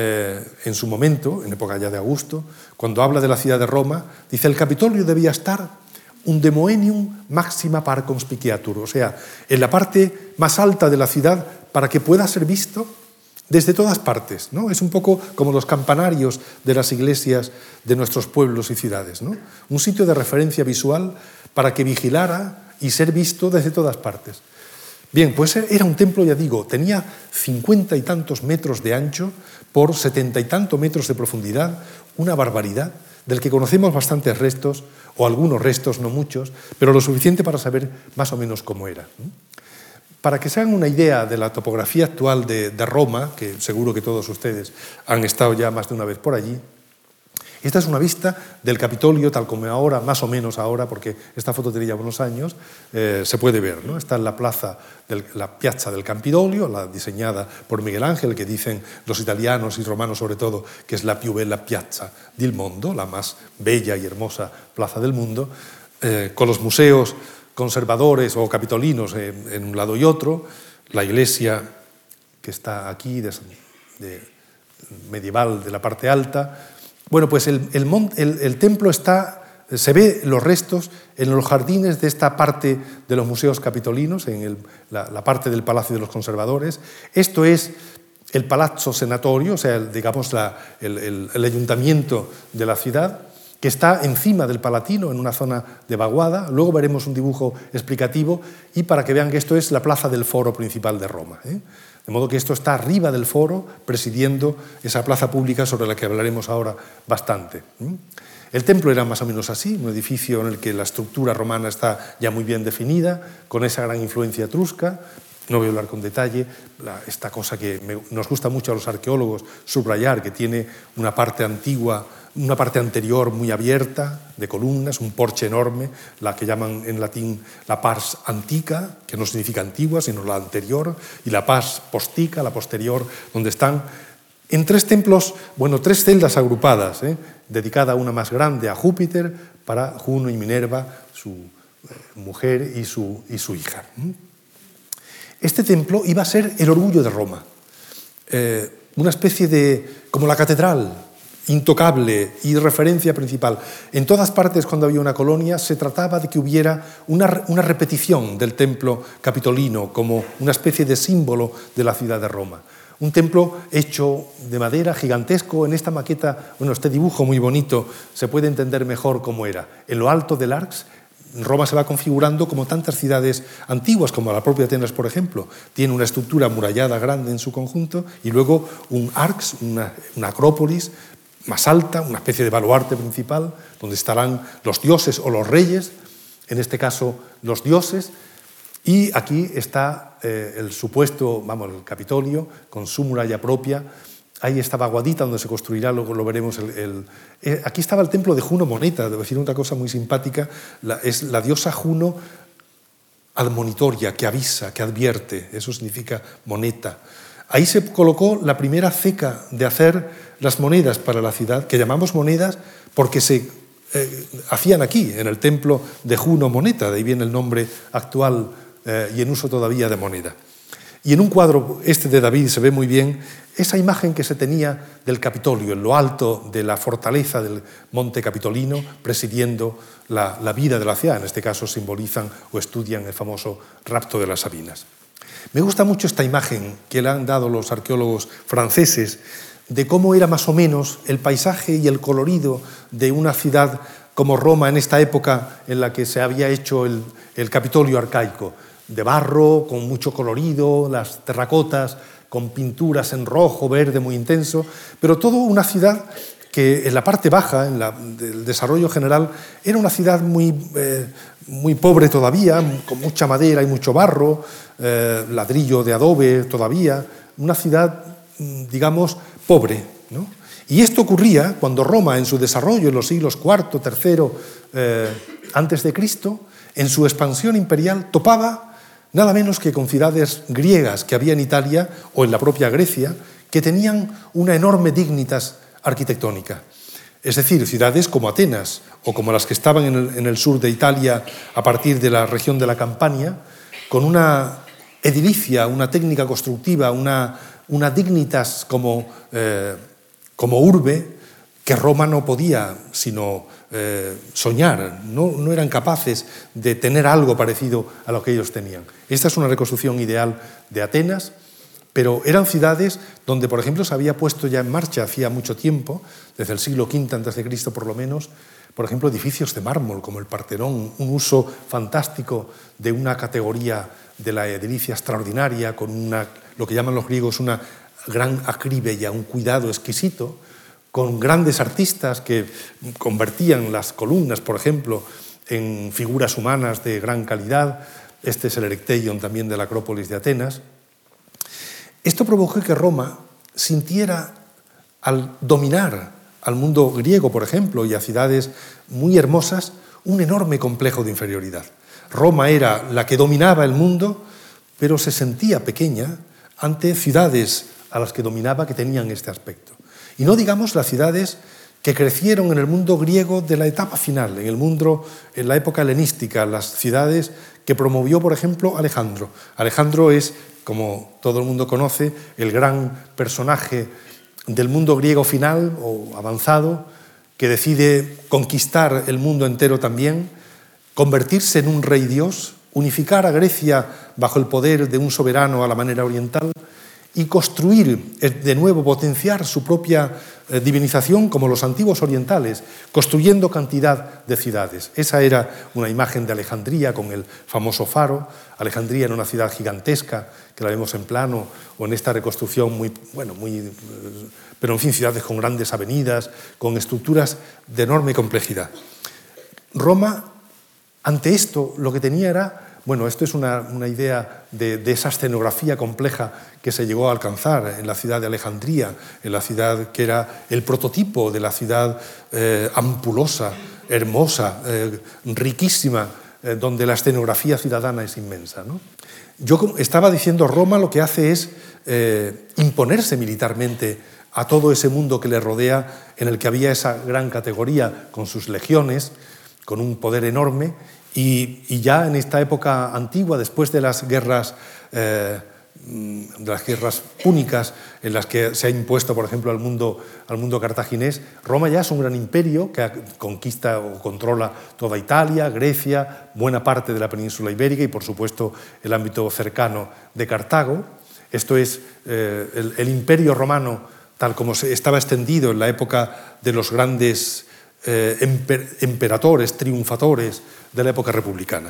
en su momento, en época ya de Augusto, cuando habla de la ciudad de Roma, dice, el Capitolio debía estar undemoenium maxima par conspiciatur, o sea, en la parte más alta de la ciudad para que pueda ser visto desde todas partes, ¿no? Es un poco como los campanarios de las iglesias de nuestros pueblos y ciudades, ¿no? Un sitio de referencia visual para que vigilara y ser visto desde todas partes. Bien, pues era un templo, ya digo, tenía 50 y tantos metros de ancho por 70 y tantos metros de profundidad, una barbaridad, del que conocemos bastantes restos, o algunos restos, no muchos, pero lo suficiente para saber más o menos cómo era. Para que se hagan una idea de la topografía actual de Roma, que seguro que todos ustedes han estado ya más de una vez por allí, esta es una vista del Capitolio, tal como ahora, más o menos ahora, porque esta foto tiene ya unos años, se puede ver, ¿no? Está en la plaza, la piazza del Campidoglio, la diseñada por Miguel Ángel, que dicen los italianos y romanos sobre todo, que es la più bella piazza del mondo, la más bella y hermosa plaza del mundo, con los museos conservadores o capitolinos en un lado y otro, la iglesia que está aquí, medieval de la parte alta. Bueno, pues el templo se ve los restos en los jardines de esta parte de los museos capitolinos, en la parte del Palacio de los Conservadores. Esto es el Palazzo Senatorio, o sea, digamos el ayuntamiento de la ciudad, que está encima del Palatino, en una zona de vaguada. Luego veremos un dibujo explicativo y para que vean que esto es la plaza del foro principal de Roma, ¿eh? De modo que esto está arriba del foro, presidiendo esa plaza pública sobre la que hablaremos ahora bastante. El templo era más o menos así, un edificio en el que la estructura romana está ya muy bien definida, con esa gran influencia etrusca. No voy a hablar con detalle, esta cosa que nos gusta mucho a los arqueólogos subrayar, que tiene una parte antigua, una parte anterior muy abierta, de columnas, un porche enorme, la que llaman en latín la pars antica, que no significa antigua, sino la anterior, y la pars postica, la posterior, donde están en tres templos, bueno, tres celdas agrupadas, dedicada una más grande a Júpiter, para Juno y Minerva, su mujer y su hija. Este templo iba a ser el orgullo de Roma, una especie de, como la catedral, intocable y referencia principal. En todas partes, cuando había una colonia, se trataba de que hubiera una repetición del templo capitolino como una especie de símbolo de la ciudad de Roma. Un templo hecho de madera, gigantesco. En esta maqueta, bueno, este dibujo muy bonito, se puede entender mejor cómo era. En lo alto del arx, Roma se va configurando como tantas ciudades antiguas, como la propia Atenas, por ejemplo. Tiene una estructura amurallada grande en su conjunto y luego un arx, una acrópolis más alta, una especie de baluarte principal, donde estarán los dioses o los reyes, en este caso los dioses, y aquí está el supuesto, el Capitolio, con su muralla propia. Ahí estaba Guadita, donde se construirá, luego lo veremos. Aquí estaba el templo de Juno Moneta, debo decir otra cosa muy simpática, es la diosa Juno admonitoria, que avisa, que advierte, eso significa moneta. Ahí se colocó la primera ceca de hacer las monedas para la ciudad, que llamamos monedas porque se hacían aquí, en el templo de Juno Moneta, de ahí viene el nombre actual y en uso todavía de moneda. Y en un cuadro de David se ve muy bien esa imagen que se tenía del Capitolio, en lo alto de la fortaleza del Monte Capitolino, presidiendo la vida de la ciudad. En este caso simbolizan o estudian el famoso rapto de las Sabinas. Me gusta mucho esta imagen que le han dado los arqueólogos franceses de cómo era más o menos el paisaje y el colorido de una ciudad como Roma en esta época en la que se había hecho el Capitolio arcaico, de barro, con mucho colorido, las terracotas, con pinturas en rojo, verde, muy intenso, pero todo una ciudad que en la parte baja, del desarrollo general, era una ciudad muy pobre todavía, con mucha madera y mucho barro, ladrillo de adobe todavía, una ciudad, digamos, pobre, ¿no? Y esto ocurría cuando Roma, en su desarrollo en los siglos IV, III antes de Cristo, en su expansión imperial, topaba nada menos que con ciudades griegas que había en Italia o en la propia Grecia, que tenían una enorme dignitas arquitectónica. Es decir, ciudades como Atenas o como las que estaban en el sur de Italia a partir de la región de la Campania, con una edilicia, una técnica constructiva, una dignitas como urbe que Roma no podía sino soñar, no eran capaces de tener algo parecido a lo que ellos tenían. Esta es una reconstrucción ideal de Atenas, pero eran ciudades donde, por ejemplo, se había puesto ya en marcha hacía mucho tiempo, desde el siglo V a.C. por lo menos, por ejemplo, edificios de mármol como el Partenón, un uso fantástico de una categoría de la edilicia extraordinaria, con lo que llaman los griegos una gran acribia, un cuidado exquisito, con grandes artistas que convertían las columnas, por ejemplo, en figuras humanas de gran calidad. Este es el Erecteion también de la Acrópolis de Atenas. Esto provocó que Roma sintiera, al dominar al mundo griego, por ejemplo, y a ciudades muy hermosas, un enorme complejo de inferioridad. Roma era la que dominaba el mundo, pero se sentía pequeña ante ciudades a las que dominaba que tenían este aspecto. Y no digamos las ciudades que crecieron en el mundo griego de la etapa final, en la época helenística, las ciudades que promovió, por ejemplo, Alejandro. Alejandro es, como todo el mundo conoce, el gran personaje del mundo griego final o avanzado, que decide conquistar el mundo entero también, convertirse en un rey dios, unificar a Grecia bajo el poder de un soberano a la manera oriental y construir, de nuevo, potenciar su propia divinización como los antiguos orientales, construyendo cantidad de ciudades. Esa era una imagen de Alejandría con el famoso faro. Alejandría era una ciudad gigantesca, que la vemos en plano, o en esta reconstrucción pero en fin, ciudades con grandes avenidas, con estructuras de enorme complejidad. Roma, ante esto, lo que tenía era, esto es una idea de esa escenografía compleja que se llegó a alcanzar en la ciudad de Alejandría, en la ciudad que era el prototipo de la ciudad ampulosa, hermosa, riquísima, donde la escenografía ciudadana es inmensa, ¿no? Yo estaba diciendo, Roma lo que hace es imponerse militarmente a todo ese mundo que le rodea, en el que había esa gran categoría con sus legiones, con un poder enorme, y ya en esta época antigua, después de las guerras púnicas, en las que se ha impuesto, por ejemplo, al mundo cartaginés, Roma ya es un gran imperio que conquista o controla toda Italia, Grecia, buena parte de la península ibérica y, por supuesto, el ámbito cercano de Cartago. Esto es el imperio romano, tal como estaba extendido en la época de los grandes emperadores, triunfadores de la época republicana.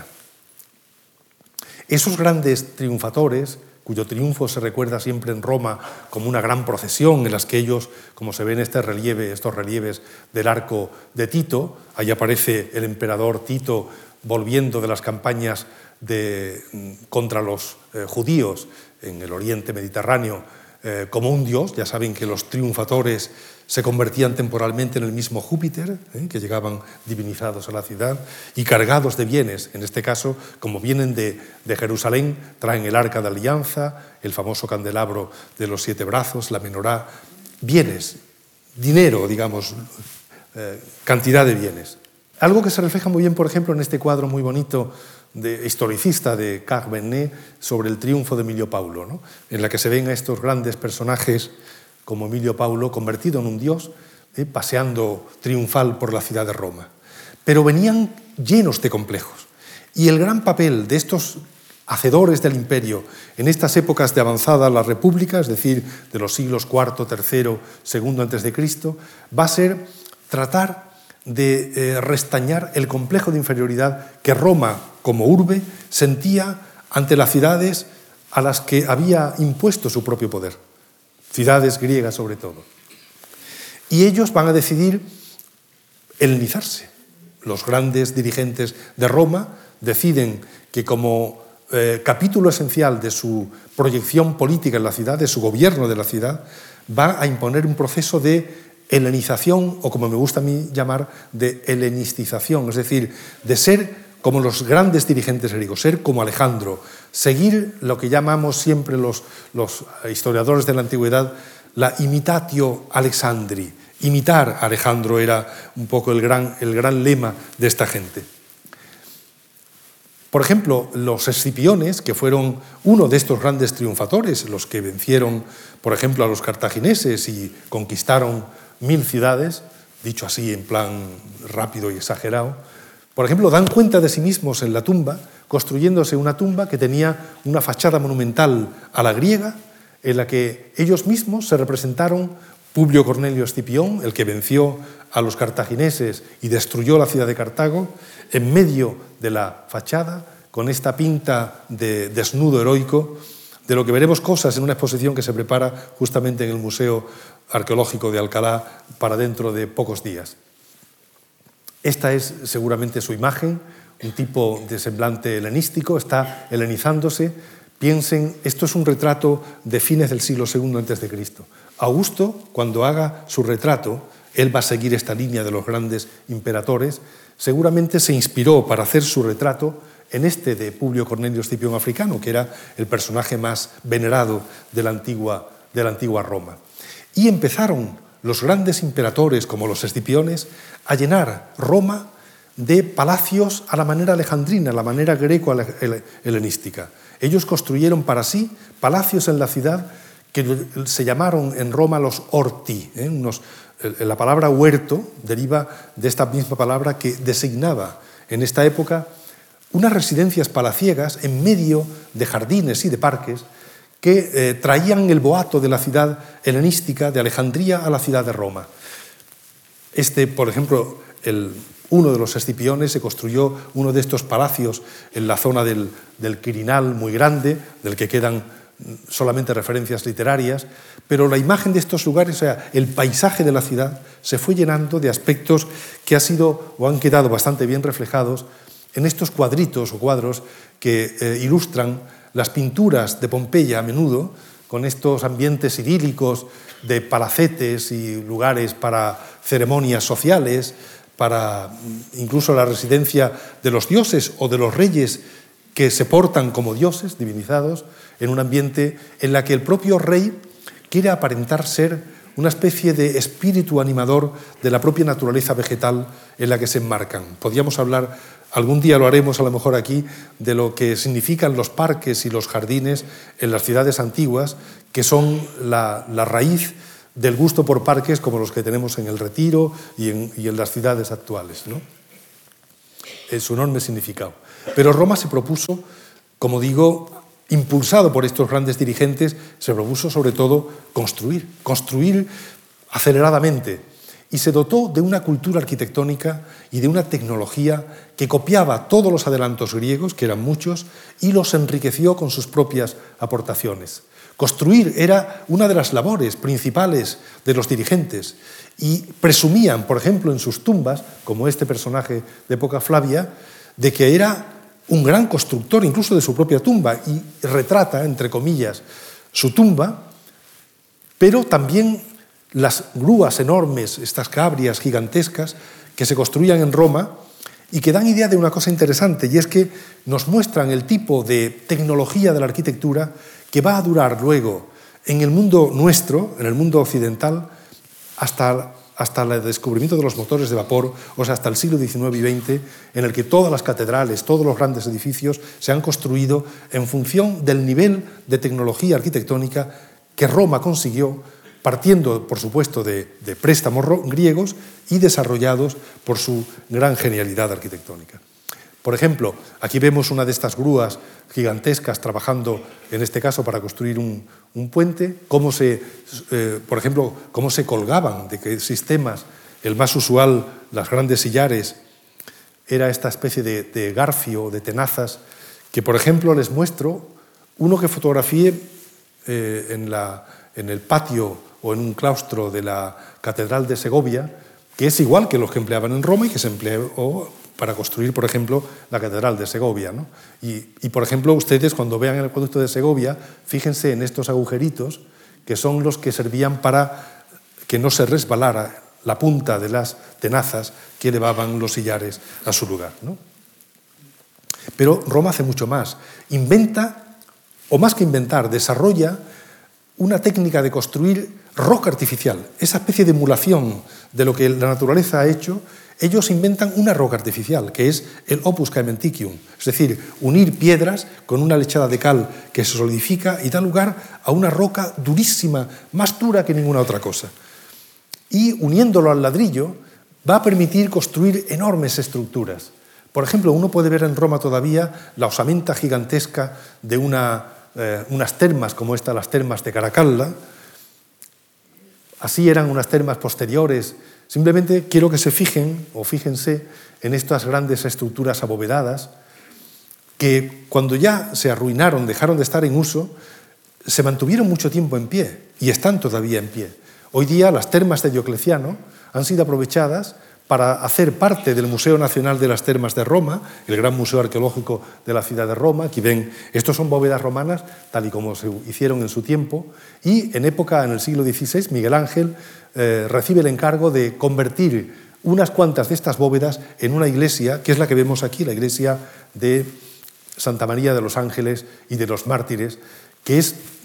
Esos grandes triunfadores, cuyo triunfo se recuerda siempre en Roma como una gran procesión en las que ellos, como se ve en estos relieves del arco de Tito, ahí aparece el emperador Tito volviendo de las campañas contra los judíos en el oriente mediterráneo como un dios. Ya saben que los triunfadores se convertían temporalmente en el mismo Júpiter, que llegaban divinizados a la ciudad y cargados de bienes. En este caso, como vienen de Jerusalén, traen el arca de alianza, el famoso candelabro de los 7 brazos, la menorá, bienes dinero, digamos, cantidad de bienes. Algo que se refleja muy bien, por ejemplo, en este cuadro muy bonito historicista de Carbonell sobre el triunfo de Emilio Paulo, ¿no? En la que se ven a estos grandes personajes como Emilio Paulo convertido en un dios, paseando triunfal por la ciudad de Roma. Pero venían llenos de complejos. Y el gran papel de estos hacedores del imperio en estas épocas de avanzada la República, es decir, de los siglos IV, III, II a.C., va a ser tratar de restañar el complejo de inferioridad que Roma, como urbe, sentía ante las ciudades a las que había impuesto su propio poder, ciudades griegas sobre todo. Y ellos van a decidir helenizarse. Los grandes dirigentes de Roma deciden que como capítulo esencial de su proyección política en la ciudad, de su gobierno de la ciudad, va a imponer un proceso de helenización, o como me gusta a mí llamar, de helenistización, es decir, de ser como los grandes dirigentes griegos, ser como Alejandro, seguir lo que llamamos siempre los historiadores de la antigüedad la imitatio Alexandri. Imitar a Alejandro era un poco el gran lema de esta gente. Por ejemplo, los escipiones, que fueron uno de estos grandes triunfadores, los que vencieron, por ejemplo, a los cartagineses y conquistaron 1000 ciudades, dicho así en plan rápido y exagerado, por ejemplo, dan cuenta de sí mismos en la tumba, construyéndose una tumba que tenía una fachada monumental a la griega, en la que ellos mismos se representaron Publio Cornelio Escipión, el que venció a los cartagineses y destruyó la ciudad de Cartago, en medio de la fachada, con esta pinta de desnudo heroico, de lo que veremos cosas en una exposición que se prepara justamente en el Museo Arqueológico de Alcalá para dentro de pocos días. Esta es seguramente su imagen, un tipo de semblante helenístico, está helenizándose. Piensen, esto es un retrato de fines del siglo II a.C. Augusto, cuando haga su retrato, él va a seguir esta línea de los grandes imperadores, seguramente se inspiró para hacer su retrato en este de Publio Cornelio Escipión Africano, que era el personaje más venerado de la antigua Roma. Y empezaron los grandes imperadores, como los escipiones, a llenar Roma de palacios a la manera alejandrina, a la manera greco-helenística. Ellos construyeron para sí palacios en la ciudad que se llamaron en Roma los horti. La palabra huerto deriva de esta misma palabra que designaba en esta época unas residencias palaciegas en medio de jardines y de parques que traían el boato de la ciudad helenística de Alejandría a la ciudad de Roma. Por ejemplo, uno de los escipiones se construyó uno de estos palacios en la zona del Quirinal muy grande, del que quedan solamente referencias literarias, pero la imagen de estos lugares, o sea, el paisaje de la ciudad, se fue llenando de aspectos que han quedado bastante bien reflejados en estos cuadritos o cuadros que ilustran las pinturas de Pompeya a menudo, con estos ambientes idílicos de palacetes y lugares para ceremonias sociales, para incluso la residencia de los dioses o de los reyes que se portan como dioses divinizados, en un ambiente en la que el propio rey quiere aparentar ser una especie de espíritu animador de la propia naturaleza vegetal en la que se enmarcan. Podríamos hablar, algún día lo haremos a lo mejor aquí, de lo que significan los parques y los jardines en las ciudades antiguas, que son la raíz del gusto por parques como los que tenemos en el Retiro y en las ciudades actuales, ¿no? Es su enorme significado. Pero Roma se propuso, como digo, impulsado por estos grandes dirigentes, se propuso sobre todo construir aceleradamente, y se dotó de una cultura arquitectónica y de una tecnología que copiaba todos los adelantos griegos, que eran muchos, y los enriqueció con sus propias aportaciones. Construir era una de las labores principales de los dirigentes, y presumían, por ejemplo, en sus tumbas, como este personaje de época Flavia, de que era un gran constructor incluso de su propia tumba, y retrata, entre comillas, su tumba, pero también las grúas enormes, estas cabrias gigantescas que se construían en Roma y que dan idea de una cosa interesante, y es que nos muestran el tipo de tecnología de la arquitectura que va a durar luego en el mundo nuestro, en el mundo occidental, hasta el descubrimiento de los motores de vapor, o sea, hasta el siglo XIX y XX, en el que todas las catedrales, todos los grandes edificios se han construido en función del nivel de tecnología arquitectónica que Roma consiguió, partiendo, por supuesto, de préstamos griegos y desarrollados por su gran genialidad arquitectónica. Por ejemplo, aquí vemos una de estas grúas gigantescas trabajando, en este caso, para construir un puente, por ejemplo, cómo se colgaban, de qué sistemas. El más usual, las grandes sillares, era esta especie de garfio, de tenazas, que, por ejemplo, les muestro uno que fotografié en el patio o en un claustro de la Catedral de Segovia, que es igual que los que empleaban en Roma y que se empleó para construir, por ejemplo, la Catedral de Segovia, ¿no? Y, por ejemplo, ustedes cuando vean el acueducto de Segovia, fíjense en estos agujeritos que son los que servían para que no se resbalara la punta de las tenazas que elevaban los sillares a su lugar, ¿no? Pero Roma hace mucho más. Inventa, o más que inventar, desarrolla una técnica de construir roca artificial, esa especie de emulación de lo que la naturaleza ha hecho. Ellos inventan una roca artificial, que es el opus caementicium, es decir, unir piedras con una lechada de cal que se solidifica y da lugar a una roca durísima, más dura que ninguna otra cosa. Y uniéndolo al ladrillo va a permitir construir enormes estructuras. Por ejemplo, uno puede ver en Roma todavía la osamenta gigantesca de unas termas como esta, las termas de Caracalla. Así eran unas termas posteriores. Simplemente quiero que se fijen, o fíjense, en estas grandes estructuras abovedadas que cuando ya se arruinaron, dejaron de estar en uso, se mantuvieron mucho tiempo en pie y están todavía en pie. Hoy día las termas de Diocleciano han sido aprovechadas para hacer parte del Museo Nacional de las Termas de Roma, el gran museo arqueológico de la ciudad de Roma. Aquí ven, estos son bóvedas romanas, tal y como se hicieron en su tiempo, y en el siglo XVI, Miguel Ángel recibe el encargo de convertir unas cuantas de estas bóvedas en una iglesia, que es la que vemos aquí, la iglesia de Santa María de los Ángeles y de los Mártires, que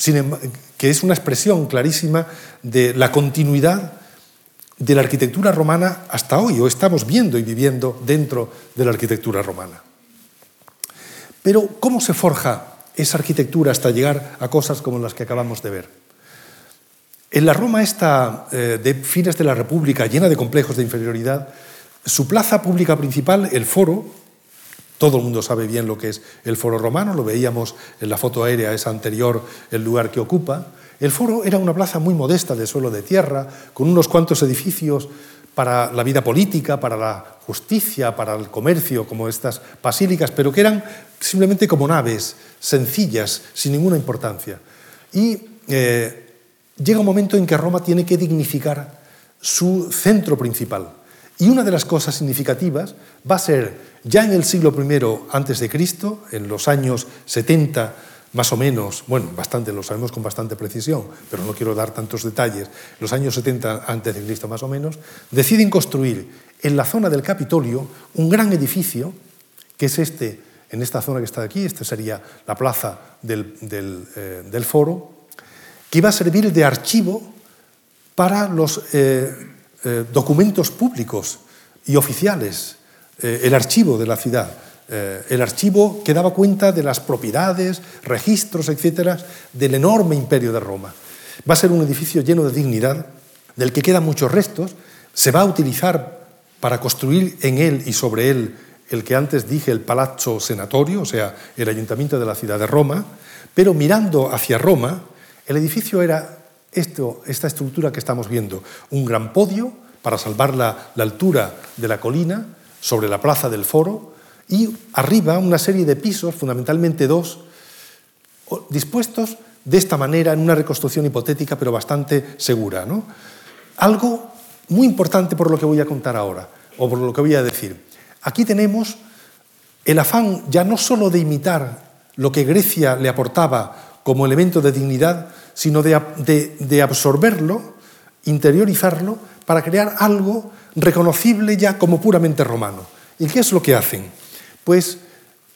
es una expresión clarísima de la continuidad de la arquitectura romana hasta hoy, o estamos viendo y viviendo dentro de la arquitectura romana. Pero, ¿cómo se forja esa arquitectura hasta llegar a cosas como las que acabamos de ver? En la Roma esta de fines de la República, llena de complejos de inferioridad, su plaza pública principal, el Foro, todo el mundo sabe bien lo que es el Foro romano, lo veíamos en la foto aérea, es anterior el lugar que ocupa. El Foro era una plaza muy modesta de suelo de tierra, con unos cuantos edificios para la vida política, para la justicia, para el comercio, como estas basílicas, pero que eran simplemente como naves sencillas, sin ninguna importancia. Y llega un momento en que Roma tiene que dignificar su centro principal. Y una de las cosas significativas va a ser, ya en el siglo I a.C., en los años 70, más o menos, bueno, bastante, lo sabemos con bastante precisión, pero no quiero dar tantos detalles, los años 70 a.C. más o menos, deciden construir en la zona del Capitolio un gran edificio, que es en esta zona que está aquí, sería la plaza del Foro, que iba a servir de archivo para los documentos públicos y oficiales, el archivo de la ciudad. El archivo que daba cuenta de las propiedades, registros, etcétera, del enorme imperio de Roma. Va a ser un edificio lleno de dignidad, del que quedan muchos restos. Se va a utilizar para construir en él y sobre él el que antes dije, el Palazzo Senatorio, o sea, el ayuntamiento de la ciudad de Roma. Pero mirando hacia Roma, el edificio era esta estructura que estamos viendo, un gran podio para salvar la altura de la colina sobre la plaza del Foro, y arriba una serie de pisos, fundamentalmente dos, dispuestos de esta manera en una reconstrucción hipotética pero bastante segura, ¿no? Algo muy importante por lo que voy a contar ahora, o por lo que voy a decir. Aquí tenemos el afán ya no solo de imitar lo que Grecia le aportaba como elemento de dignidad, sino de absorberlo, interiorizarlo, para crear algo reconocible ya como puramente romano. ¿Y qué es lo que hacen? Pues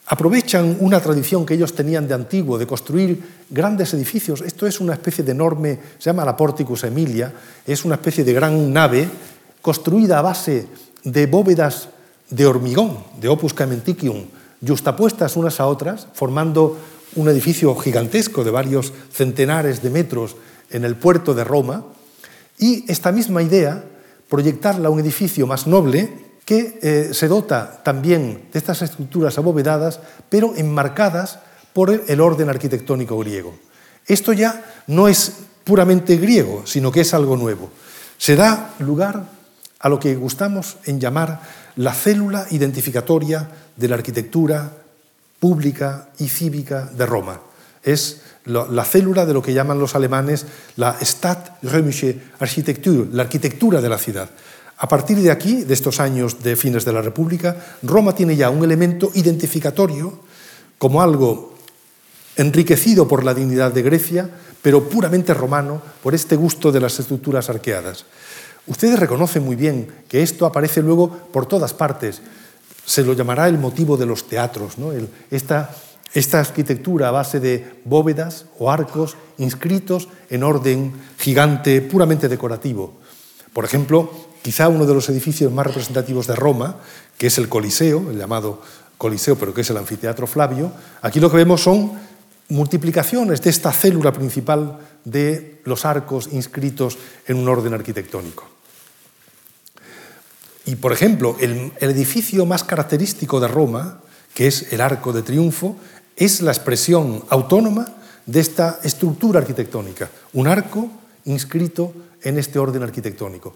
aprovechan una tradición que ellos tenían de antiguo, de construir grandes edificios. Esto es una especie de enorme, se llama la Porticus Aemilia, es una especie de gran nave construida a base de bóvedas de hormigón, de opus caementicium, yuxtapuestas unas a otras, formando un edificio gigantesco de varios centenares de metros en el puerto de Roma, y esta misma idea, proyectarla a un edificio más noble, que se dota también de estas estructuras abovedadas, pero enmarcadas por el orden arquitectónico griego. Esto ya no es puramente griego, sino que es algo nuevo. Se da lugar a lo que gustamos en llamar la célula identificatoria de la arquitectura pública y cívica de Roma. Es la célula de lo que llaman los alemanes la Stadtrömische Architektur, la arquitectura de la ciudad. A partir de aquí, de estos años de fines de la República, Roma tiene ya un elemento identificatorio como algo enriquecido por la dignidad de Grecia, pero puramente romano, por este gusto de las estructuras arqueadas. Ustedes reconocen muy bien que esto aparece luego por todas partes. Se lo llamará el motivo de los teatros, ¿no? Esta arquitectura a base de bóvedas o arcos inscritos en orden gigante, puramente decorativo. Por ejemplo, quizá uno de los edificios más representativos de Roma, que es el Coliseo, el llamado Coliseo, pero que es el Anfiteatro Flavio, aquí lo que vemos son multiplicaciones de esta célula principal de los arcos inscritos en un orden arquitectónico. Y, por ejemplo, el edificio más característico de Roma, que es el Arco de Triunfo, es la expresión autónoma de esta estructura arquitectónica, un arco inscrito en este orden arquitectónico.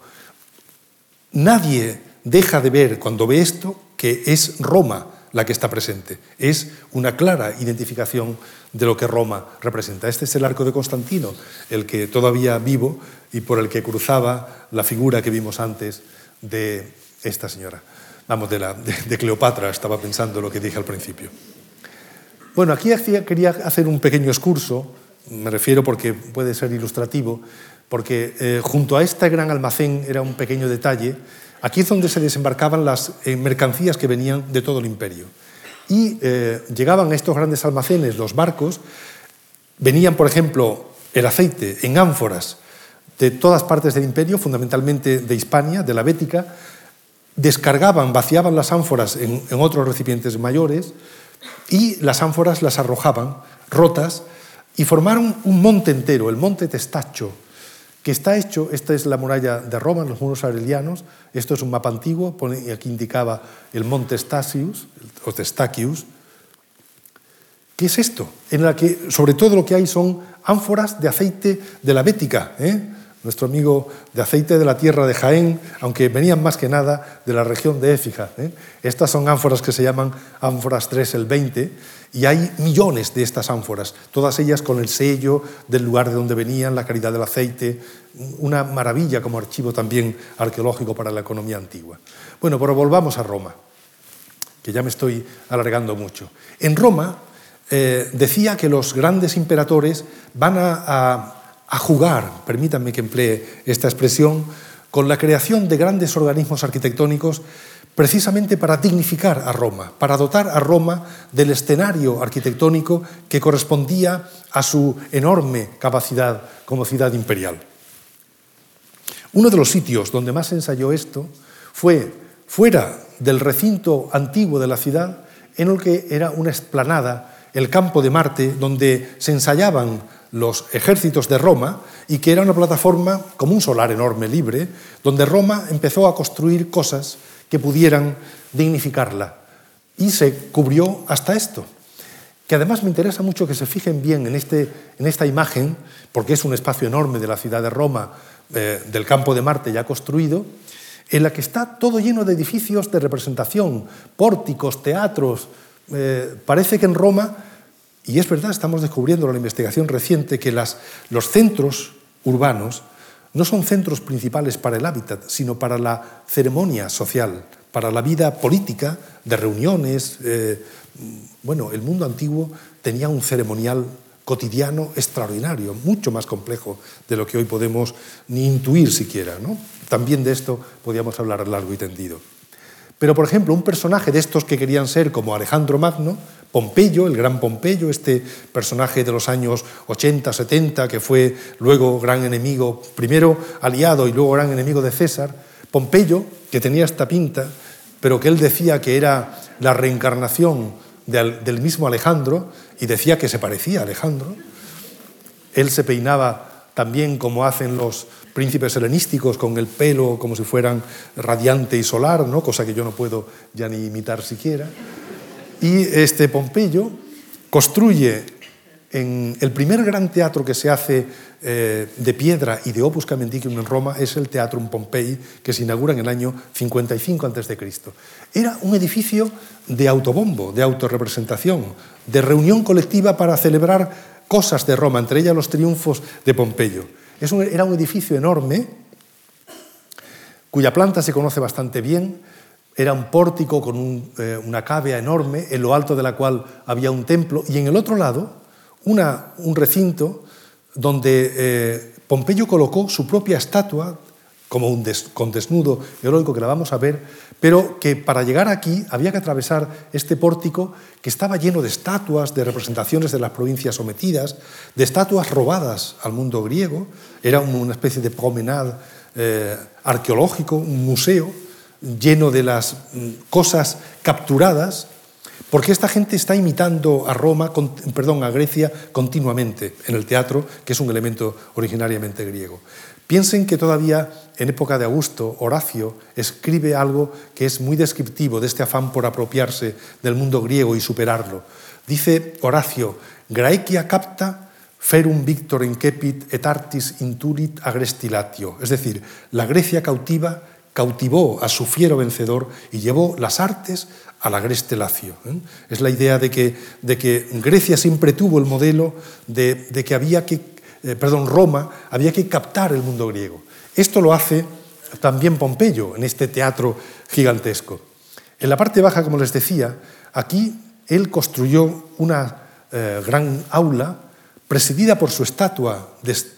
Nadie deja de ver, cuando ve esto, que es Roma la que está presente. Es una clara identificación de lo que Roma representa. Este es el Arco de Constantino, el que todavía vivo y por el que cruzaba la figura que vimos antes de esta señora. Vamos, de Cleopatra, estaba pensando lo que dije al principio. Bueno, aquí quería hacer un pequeño excurso, me refiero porque puede ser ilustrativo, porque junto a este gran almacén era un pequeño detalle. Aquí es donde se desembarcaban las mercancías que venían de todo el imperio. Y llegaban a estos grandes almacenes los barcos, venían, por ejemplo, el aceite en ánforas de todas partes del imperio, fundamentalmente de Hispania, de la Bética, descargaban, vaciaban las ánforas en otros recipientes mayores y las ánforas las arrojaban rotas y formaron un monte entero, el monte Testaccio, que está hecho, esta es la muralla de Roma, los muros aurelianos, esto es un mapa antiguo, aquí indicaba el monte Stasius, o Testacius. ¿Qué es esto? En la que sobre todo lo que hay son ánforas de aceite de la Bética, nuestro amigo de aceite de la tierra de Jaén, aunque venían más que nada de la región de Écija. Estas son ánforas que se llaman ánforas 3 el 20, y hay millones de estas ánforas, todas ellas con el sello del lugar de donde venían, la calidad del aceite, una maravilla como archivo también arqueológico para la economía antigua. Bueno, pero volvamos a Roma, que ya me estoy alargando mucho. En Roma decía que los grandes imperadores van a jugar, permítanme que emplee esta expresión, con la creación de grandes organismos arquitectónicos precisamente para dignificar a Roma, para dotar a Roma del escenario arquitectónico que correspondía a su enorme capacidad como ciudad imperial. Uno de los sitios donde más se ensayó esto fue fuera del recinto antiguo de la ciudad, en el que era una explanada, el campo de Marte, donde se ensayaban los ejércitos de Roma y que era una plataforma como un solar enorme, libre, donde Roma empezó a construir cosas que pudieran dignificarla. Y se cubrió hasta esto, que además me interesa mucho que se fijen bien en esta imagen, porque es un espacio enorme de la ciudad de Roma, del campo de Marte ya construido, en la que está todo lleno de edificios de representación, pórticos, teatros. Parece que en Roma, y es verdad, estamos descubriendo en la investigación reciente que los centros urbanos no son centros principales para el hábitat, sino para la ceremonia social, para la vida política, de reuniones. Bueno, el mundo antiguo tenía un ceremonial cotidiano extraordinario, mucho más complejo de lo que hoy podemos ni intuir siquiera, ¿no? También de esto podíamos hablar largo y tendido. Pero, por ejemplo, un personaje de estos que querían ser como Alejandro Magno, Pompeyo, el gran Pompeyo, este personaje de los años 80, 70, que fue luego gran enemigo, primero aliado y luego gran enemigo de César. Pompeyo, que tenía esta pinta, pero que él decía que era la reencarnación del mismo Alejandro, y decía que se parecía a Alejandro. Él se peinaba también como hacen los príncipes helenísticos, con el pelo como si fueran radiante y solar, ¿no? Cosa que yo no puedo ya ni imitar siquiera. Y este Pompeyo construye en el primer gran teatro que se hace de piedra y de opus caementicium en Roma, es el Teatrum Pompei, que se inaugura en el año 55 a.C. Era un edificio de autobombo, de autorrepresentación, de reunión colectiva para celebrar cosas de Roma, entre ellas los triunfos de Pompeyo. Era un edificio enorme, cuya planta se conoce bastante bien. Era un pórtico con una cavea enorme, en lo alto de la cual había un templo, y en el otro lado un recinto donde Pompeyo colocó su propia estatua, como con desnudo heroico, que la vamos a ver, pero que para llegar aquí había que atravesar este pórtico que estaba lleno de estatuas, de representaciones de las provincias sometidas, de estatuas robadas al mundo griego. Era una especie de promenade arqueológico, un museo lleno de las cosas capturadas, porque esta gente está imitando a Grecia continuamente en el teatro, que es un elemento originariamente griego. Piensen que todavía en época de Augusto, Horacio escribe algo que es muy descriptivo de este afán por apropiarse del mundo griego y superarlo. Dice Horacio: Graecia capta ferum victor incepit et artis inturit agrestilatio. Es decir, la Grecia cautiva cautivó a su fiero vencedor y llevó las artes al agreste lacio. Es la idea de que Grecia siempre tuvo el modelo de que Roma había que captar el mundo griego. Esto lo hace también Pompeyo en este teatro gigantesco. En la parte baja, como les decía, aquí él construyó una gran aula presidida por su estatua,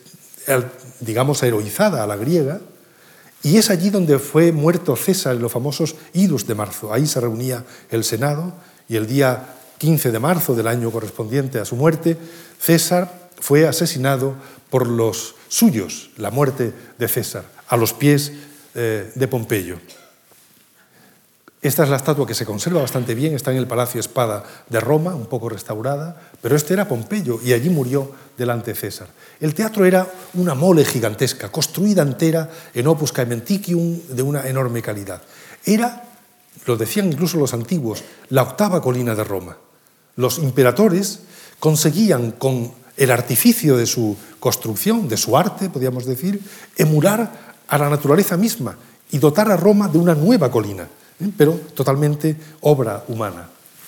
digamos, heroizada a la griega, y es allí donde fue muerto César en los famosos idus de marzo. Ahí se reunía el Senado y el día 15 de marzo del año correspondiente a su muerte, César fue asesinado por los suyos, la muerte de César, a los pies de Pompeyo. Esta es la estatua que se conserva bastante bien, está en el Palacio Espada de Roma, un poco restaurada, pero este era Pompeyo y allí murió delante de César. El teatro era una mole gigantesca, construida entera en opus caementicium de una enorme calidad. Era, lo decían incluso los antiguos, la octava colina de Roma. Los imperadores conseguían con el artificio de su construcción, de su arte, podríamos decir, emular a la naturaleza misma y dotar a Roma de una nueva colina, pero totalmente obra humana.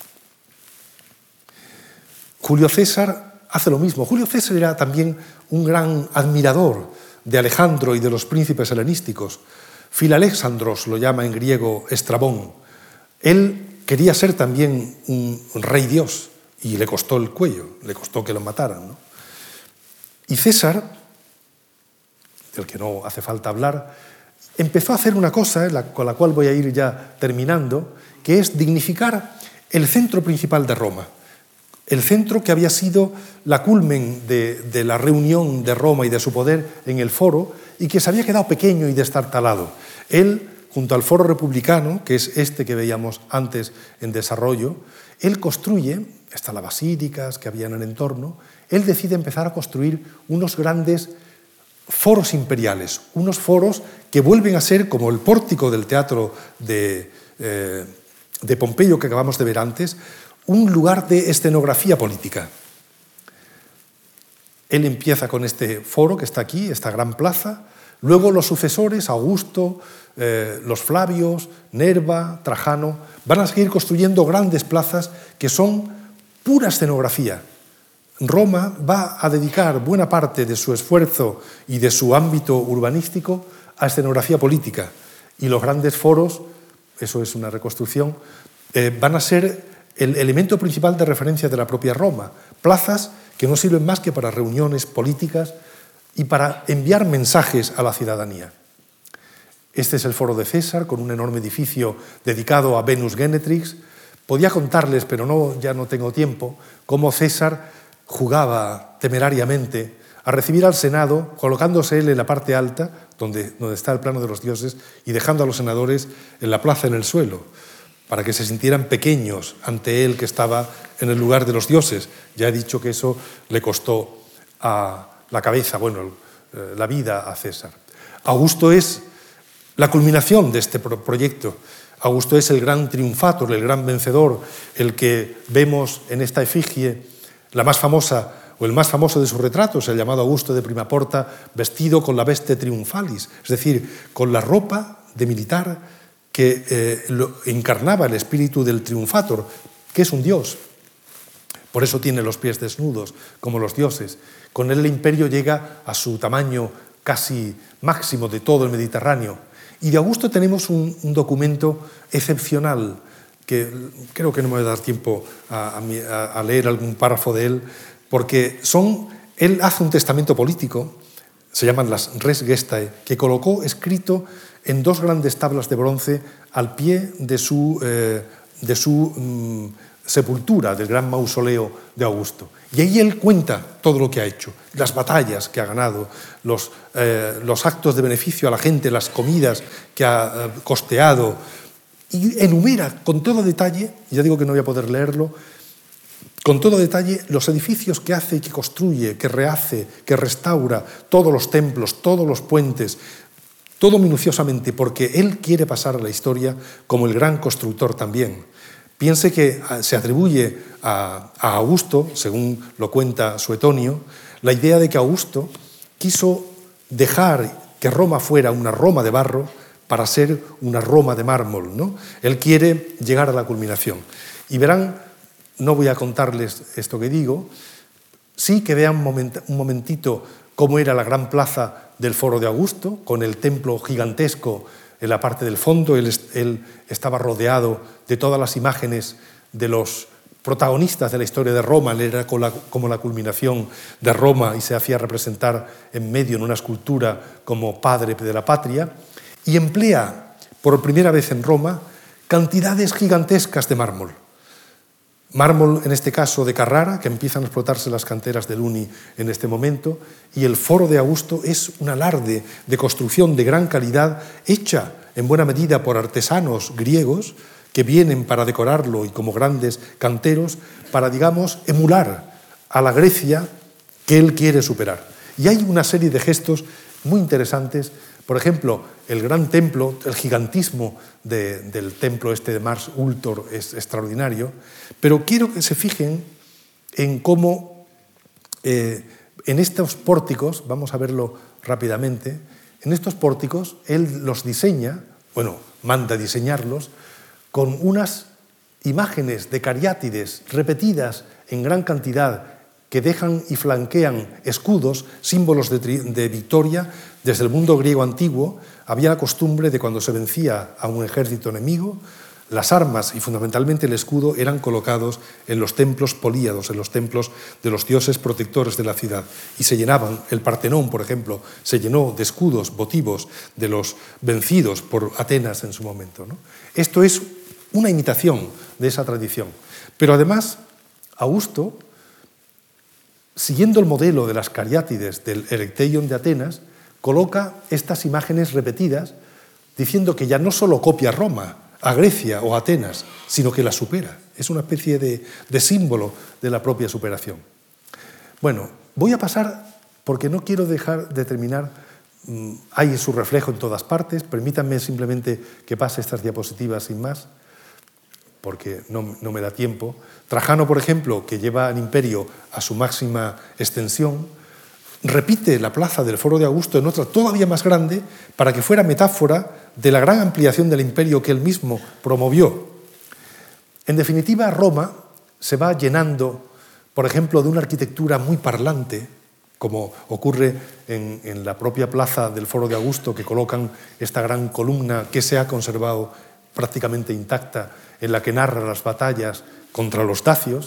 Julio César hace lo mismo. Julio César era también un gran admirador de Alejandro y de los príncipes helenísticos. Filalexandros lo llama en griego Estrabón. Él quería ser también un rey dios y le costó el cuello, le costó que lo mataran, ¿no? Y César, del que no hace falta hablar, empezó a hacer una cosa, con la cual voy a ir ya terminando, que es dignificar el centro principal de Roma. El centro que había sido la culmen de la reunión de Roma y de su poder en el foro, y que se había quedado pequeño y destartalado. Él, junto al foro republicano, que es este que veíamos antes en desarrollo, él construye, están las basílicas que había en el entorno, él decide empezar a construir unos grandes foros imperiales, unos foros que vuelven a ser como el pórtico del teatro de Pompeyo que acabamos de ver antes, un lugar de escenografía política. Él empieza con este foro que está aquí, esta gran plaza, luego los sucesores, Augusto, los Flavios, Nerva, Trajano, van a seguir construyendo grandes plazas que son pura escenografía. Roma va a dedicar buena parte de su esfuerzo y de su ámbito urbanístico a escenografía política, y los grandes foros, eso es una reconstrucción, van a ser el elemento principal de referencia de la propia Roma, plazas que no sirven más que para reuniones políticas y para enviar mensajes a la ciudadanía. Este es el foro de César, con un enorme edificio dedicado a Venus Genetrix. Podía contarles, pero ya no tengo tiempo, cómo César jugaba temerariamente a recibir al Senado, colocándose él en la parte alta, donde está el plano de los dioses, y dejando a los senadores en la plaza, en el suelo, para que se sintieran pequeños ante él que estaba en el lugar de los dioses. Ya he dicho que eso le costó a la cabeza, la vida a César. Augusto es la culminación de este proyecto. Augusto es el gran triunfator, el gran vencedor, el que vemos en esta efigie, la más famosa, o el más famoso de sus retratos, el llamado Augusto de Prima Porta, vestido con la veste triunfalis, es decir, con la ropa de militar que encarnaba el espíritu del triunfator, que es un dios. Por eso tiene los pies desnudos, como los dioses. Con él el imperio llega a su tamaño casi máximo de todo el Mediterráneo. Y de Augusto tenemos un documento excepcional, que creo que no me voy a dar tiempo a leer algún párrafo de él, porque él hace un testamento político, se llaman las Res Gestae, que colocó escrito en 2 grandes tablas de bronce al pie de su sepultura, del gran mausoleo de Augusto. Y ahí él cuenta todo lo que ha hecho, las batallas que ha ganado, los actos de beneficio a la gente, las comidas que ha costeado, y enumera con todo detalle, ya digo que no voy a poder leerlo, con todo detalle los edificios que hace y que construye, que rehace, que restaura, todos los templos, todos los puentes, todo minuciosamente, porque él quiere pasar a la historia como el gran constructor también. Piense que se atribuye a Augusto, según lo cuenta Suetonio, la idea de que Augusto quiso dejar que Roma fuera una Roma de barro para ser una Roma de mármol, ¿no? Él quiere llegar a la culminación. Y verán, no voy a contarles esto que digo, sí que vean un momentito cómo era la gran plaza del Foro de Augusto, con el templo gigantesco en la parte del fondo. Él estaba rodeado de todas las imágenes de los protagonistas de la historia de Roma. Él era como la culminación de Roma y se hacía representar en medio en una escultura como padre de la patria, y emplea por primera vez en Roma cantidades gigantescas de mármol. Mármol, en este caso, de Carrara, que empiezan a explotarse las canteras del Uni en este momento, y el Foro de Augusto es un alarde de construcción de gran calidad, hecha en buena medida por artesanos griegos que vienen para decorarlo y como grandes canteros para, digamos, emular a la Grecia que él quiere superar. Y hay una serie de gestos muy interesantes. Por ejemplo, el gran templo, el gigantismo del templo este de Mars Ultor es extraordinario, pero quiero que se fijen en cómo en estos pórticos, vamos a verlo rápidamente, en estos pórticos él los diseña, manda diseñarlos, con unas imágenes de cariátides repetidas en gran cantidad que dejan y flanquean escudos, símbolos de victoria. Desde el mundo griego antiguo había la costumbre de, cuando se vencía a un ejército enemigo, las armas y fundamentalmente el escudo eran colocados en los templos políados, en los templos de los dioses protectores de la ciudad, y se llenaban. El Partenón, por ejemplo, se llenó de escudos votivos de los vencidos por Atenas en su momento, ¿no? Esto es una imitación de esa tradición. Pero además, Augusto, siguiendo el modelo de las cariátides del Erecteion de Atenas, coloca estas imágenes repetidas, diciendo que ya no solo copia Roma, a Grecia o a Atenas, sino que la supera. Es una especie de símbolo de la propia superación. Bueno, voy a pasar, porque no quiero dejar de terminar, hay su reflejo en todas partes, permítanme simplemente que pase estas diapositivas sin más, porque no me da tiempo. Trajano, por ejemplo, que lleva al imperio a su máxima extensión, repite la plaza del Foro de Augusto en otra todavía más grande para que fuera metáfora de la gran ampliación del imperio que él mismo promovió. En definitiva, Roma se va llenando, por ejemplo, de una arquitectura muy parlante, como ocurre en la propia plaza del Foro de Augusto, que colocan esta gran columna que se ha conservado prácticamente intacta, en la que narra las batallas contra los dacios,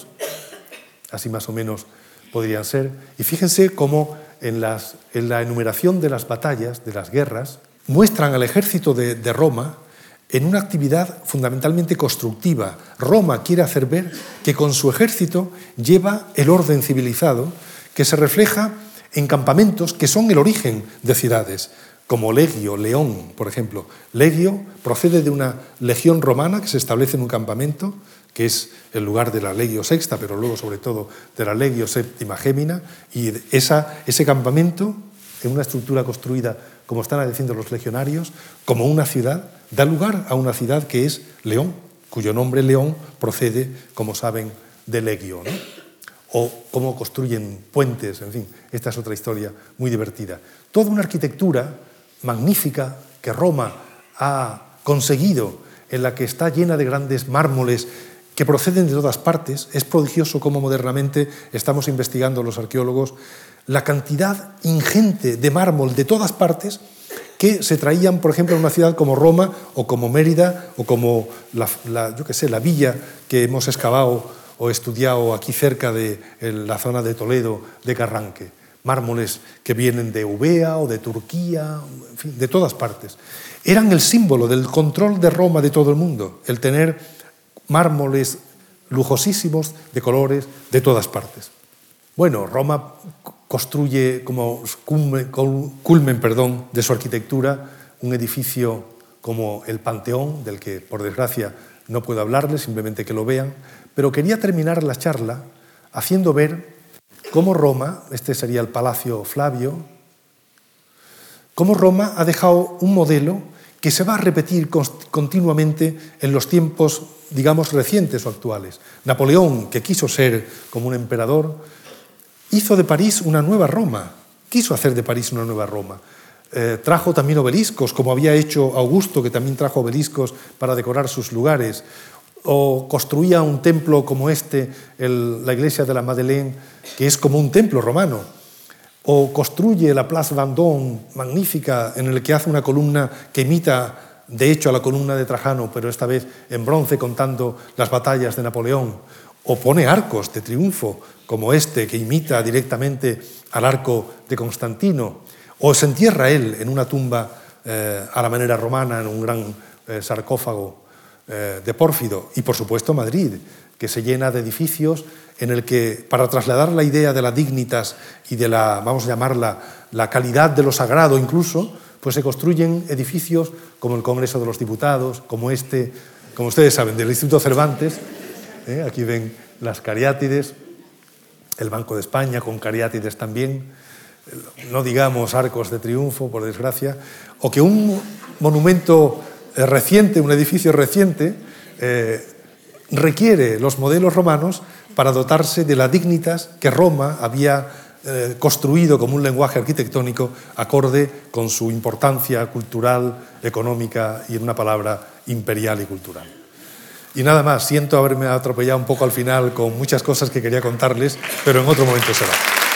así más o menos podrían ser. Y fíjense cómo en la enumeración de las batallas, de las guerras, muestran al ejército de Roma en una actividad fundamentalmente constructiva. Roma quiere hacer ver que con su ejército lleva el orden civilizado, que se refleja en campamentos que son el origen de ciudades, como Legio, León, por ejemplo. Legio procede de una legión romana que se establece en un campamento, que es el lugar de la Legio Sexta, pero luego sobre todo de la Legio Séptima Gémina, y ese campamento, en una estructura construida, como están diciendo los legionarios, como una ciudad, da lugar a una ciudad que es León, cuyo nombre León procede, como saben, de Legio, ¿no? O cómo construyen puentes, en fin, esta es otra historia muy divertida. Toda una arquitectura magnífica que Roma ha conseguido, en la que está llena de grandes mármoles que proceden de todas partes. Es prodigioso cómo modernamente estamos investigando los arqueólogos la cantidad ingente de mármol de todas partes que se traían, por ejemplo, en una ciudad como Roma o como Mérida o como la villa que hemos excavado o estudiado aquí cerca de la zona de Toledo, de Carranque. Mármoles que vienen de Eubea o de Turquía, en fin, de todas partes. Eran el símbolo del control de Roma de todo el mundo, el tener mármoles lujosísimos de colores de todas partes. Bueno, Roma construye como culmen de su arquitectura un edificio como el Panteón, del que por desgracia no puedo hablarles, simplemente que lo vean, pero quería terminar la charla haciendo ver cómo Roma, este sería el Palacio Flavio, cómo Roma ha dejado un modelo que se va a repetir continuamente en los tiempos, digamos, recientes o actuales. Napoleón, que quiso ser como un emperador, hizo de París una nueva Roma, quiso hacer de París una nueva Roma. Trajo también obeliscos, como había hecho Augusto, que también trajo obeliscos para decorar sus lugares, o construía un templo como la iglesia de la Madeleine, que es como un templo romano, o construye la Place Vendôme, magnífica, en el que hace una columna que imita, de hecho, a la columna de Trajano, pero esta vez en bronce, contando las batallas de Napoleón, o pone arcos de triunfo, como que imita directamente al arco de Constantino, o se entierra él en una tumba a la manera romana, en un gran sarcófago de Pórfido, y por supuesto Madrid, que se llena de edificios en el que, para trasladar la idea de la dignitas y de vamos a llamarla, la calidad de lo sagrado incluso, pues se construyen edificios como el Congreso de los Diputados, como como ustedes saben, del Instituto Cervantes. Aquí ven las cariátides, el Banco de España con cariátides también, no digamos arcos de triunfo, por desgracia, o que un monumento reciente, un edificio reciente, requiere los modelos romanos para dotarse de la dignitas que Roma había construido como un lenguaje arquitectónico acorde con su importancia cultural, económica y, en una palabra, imperial y cultural. Y nada más, siento haberme atropellado un poco al final con muchas cosas que quería contarles, pero en otro momento será.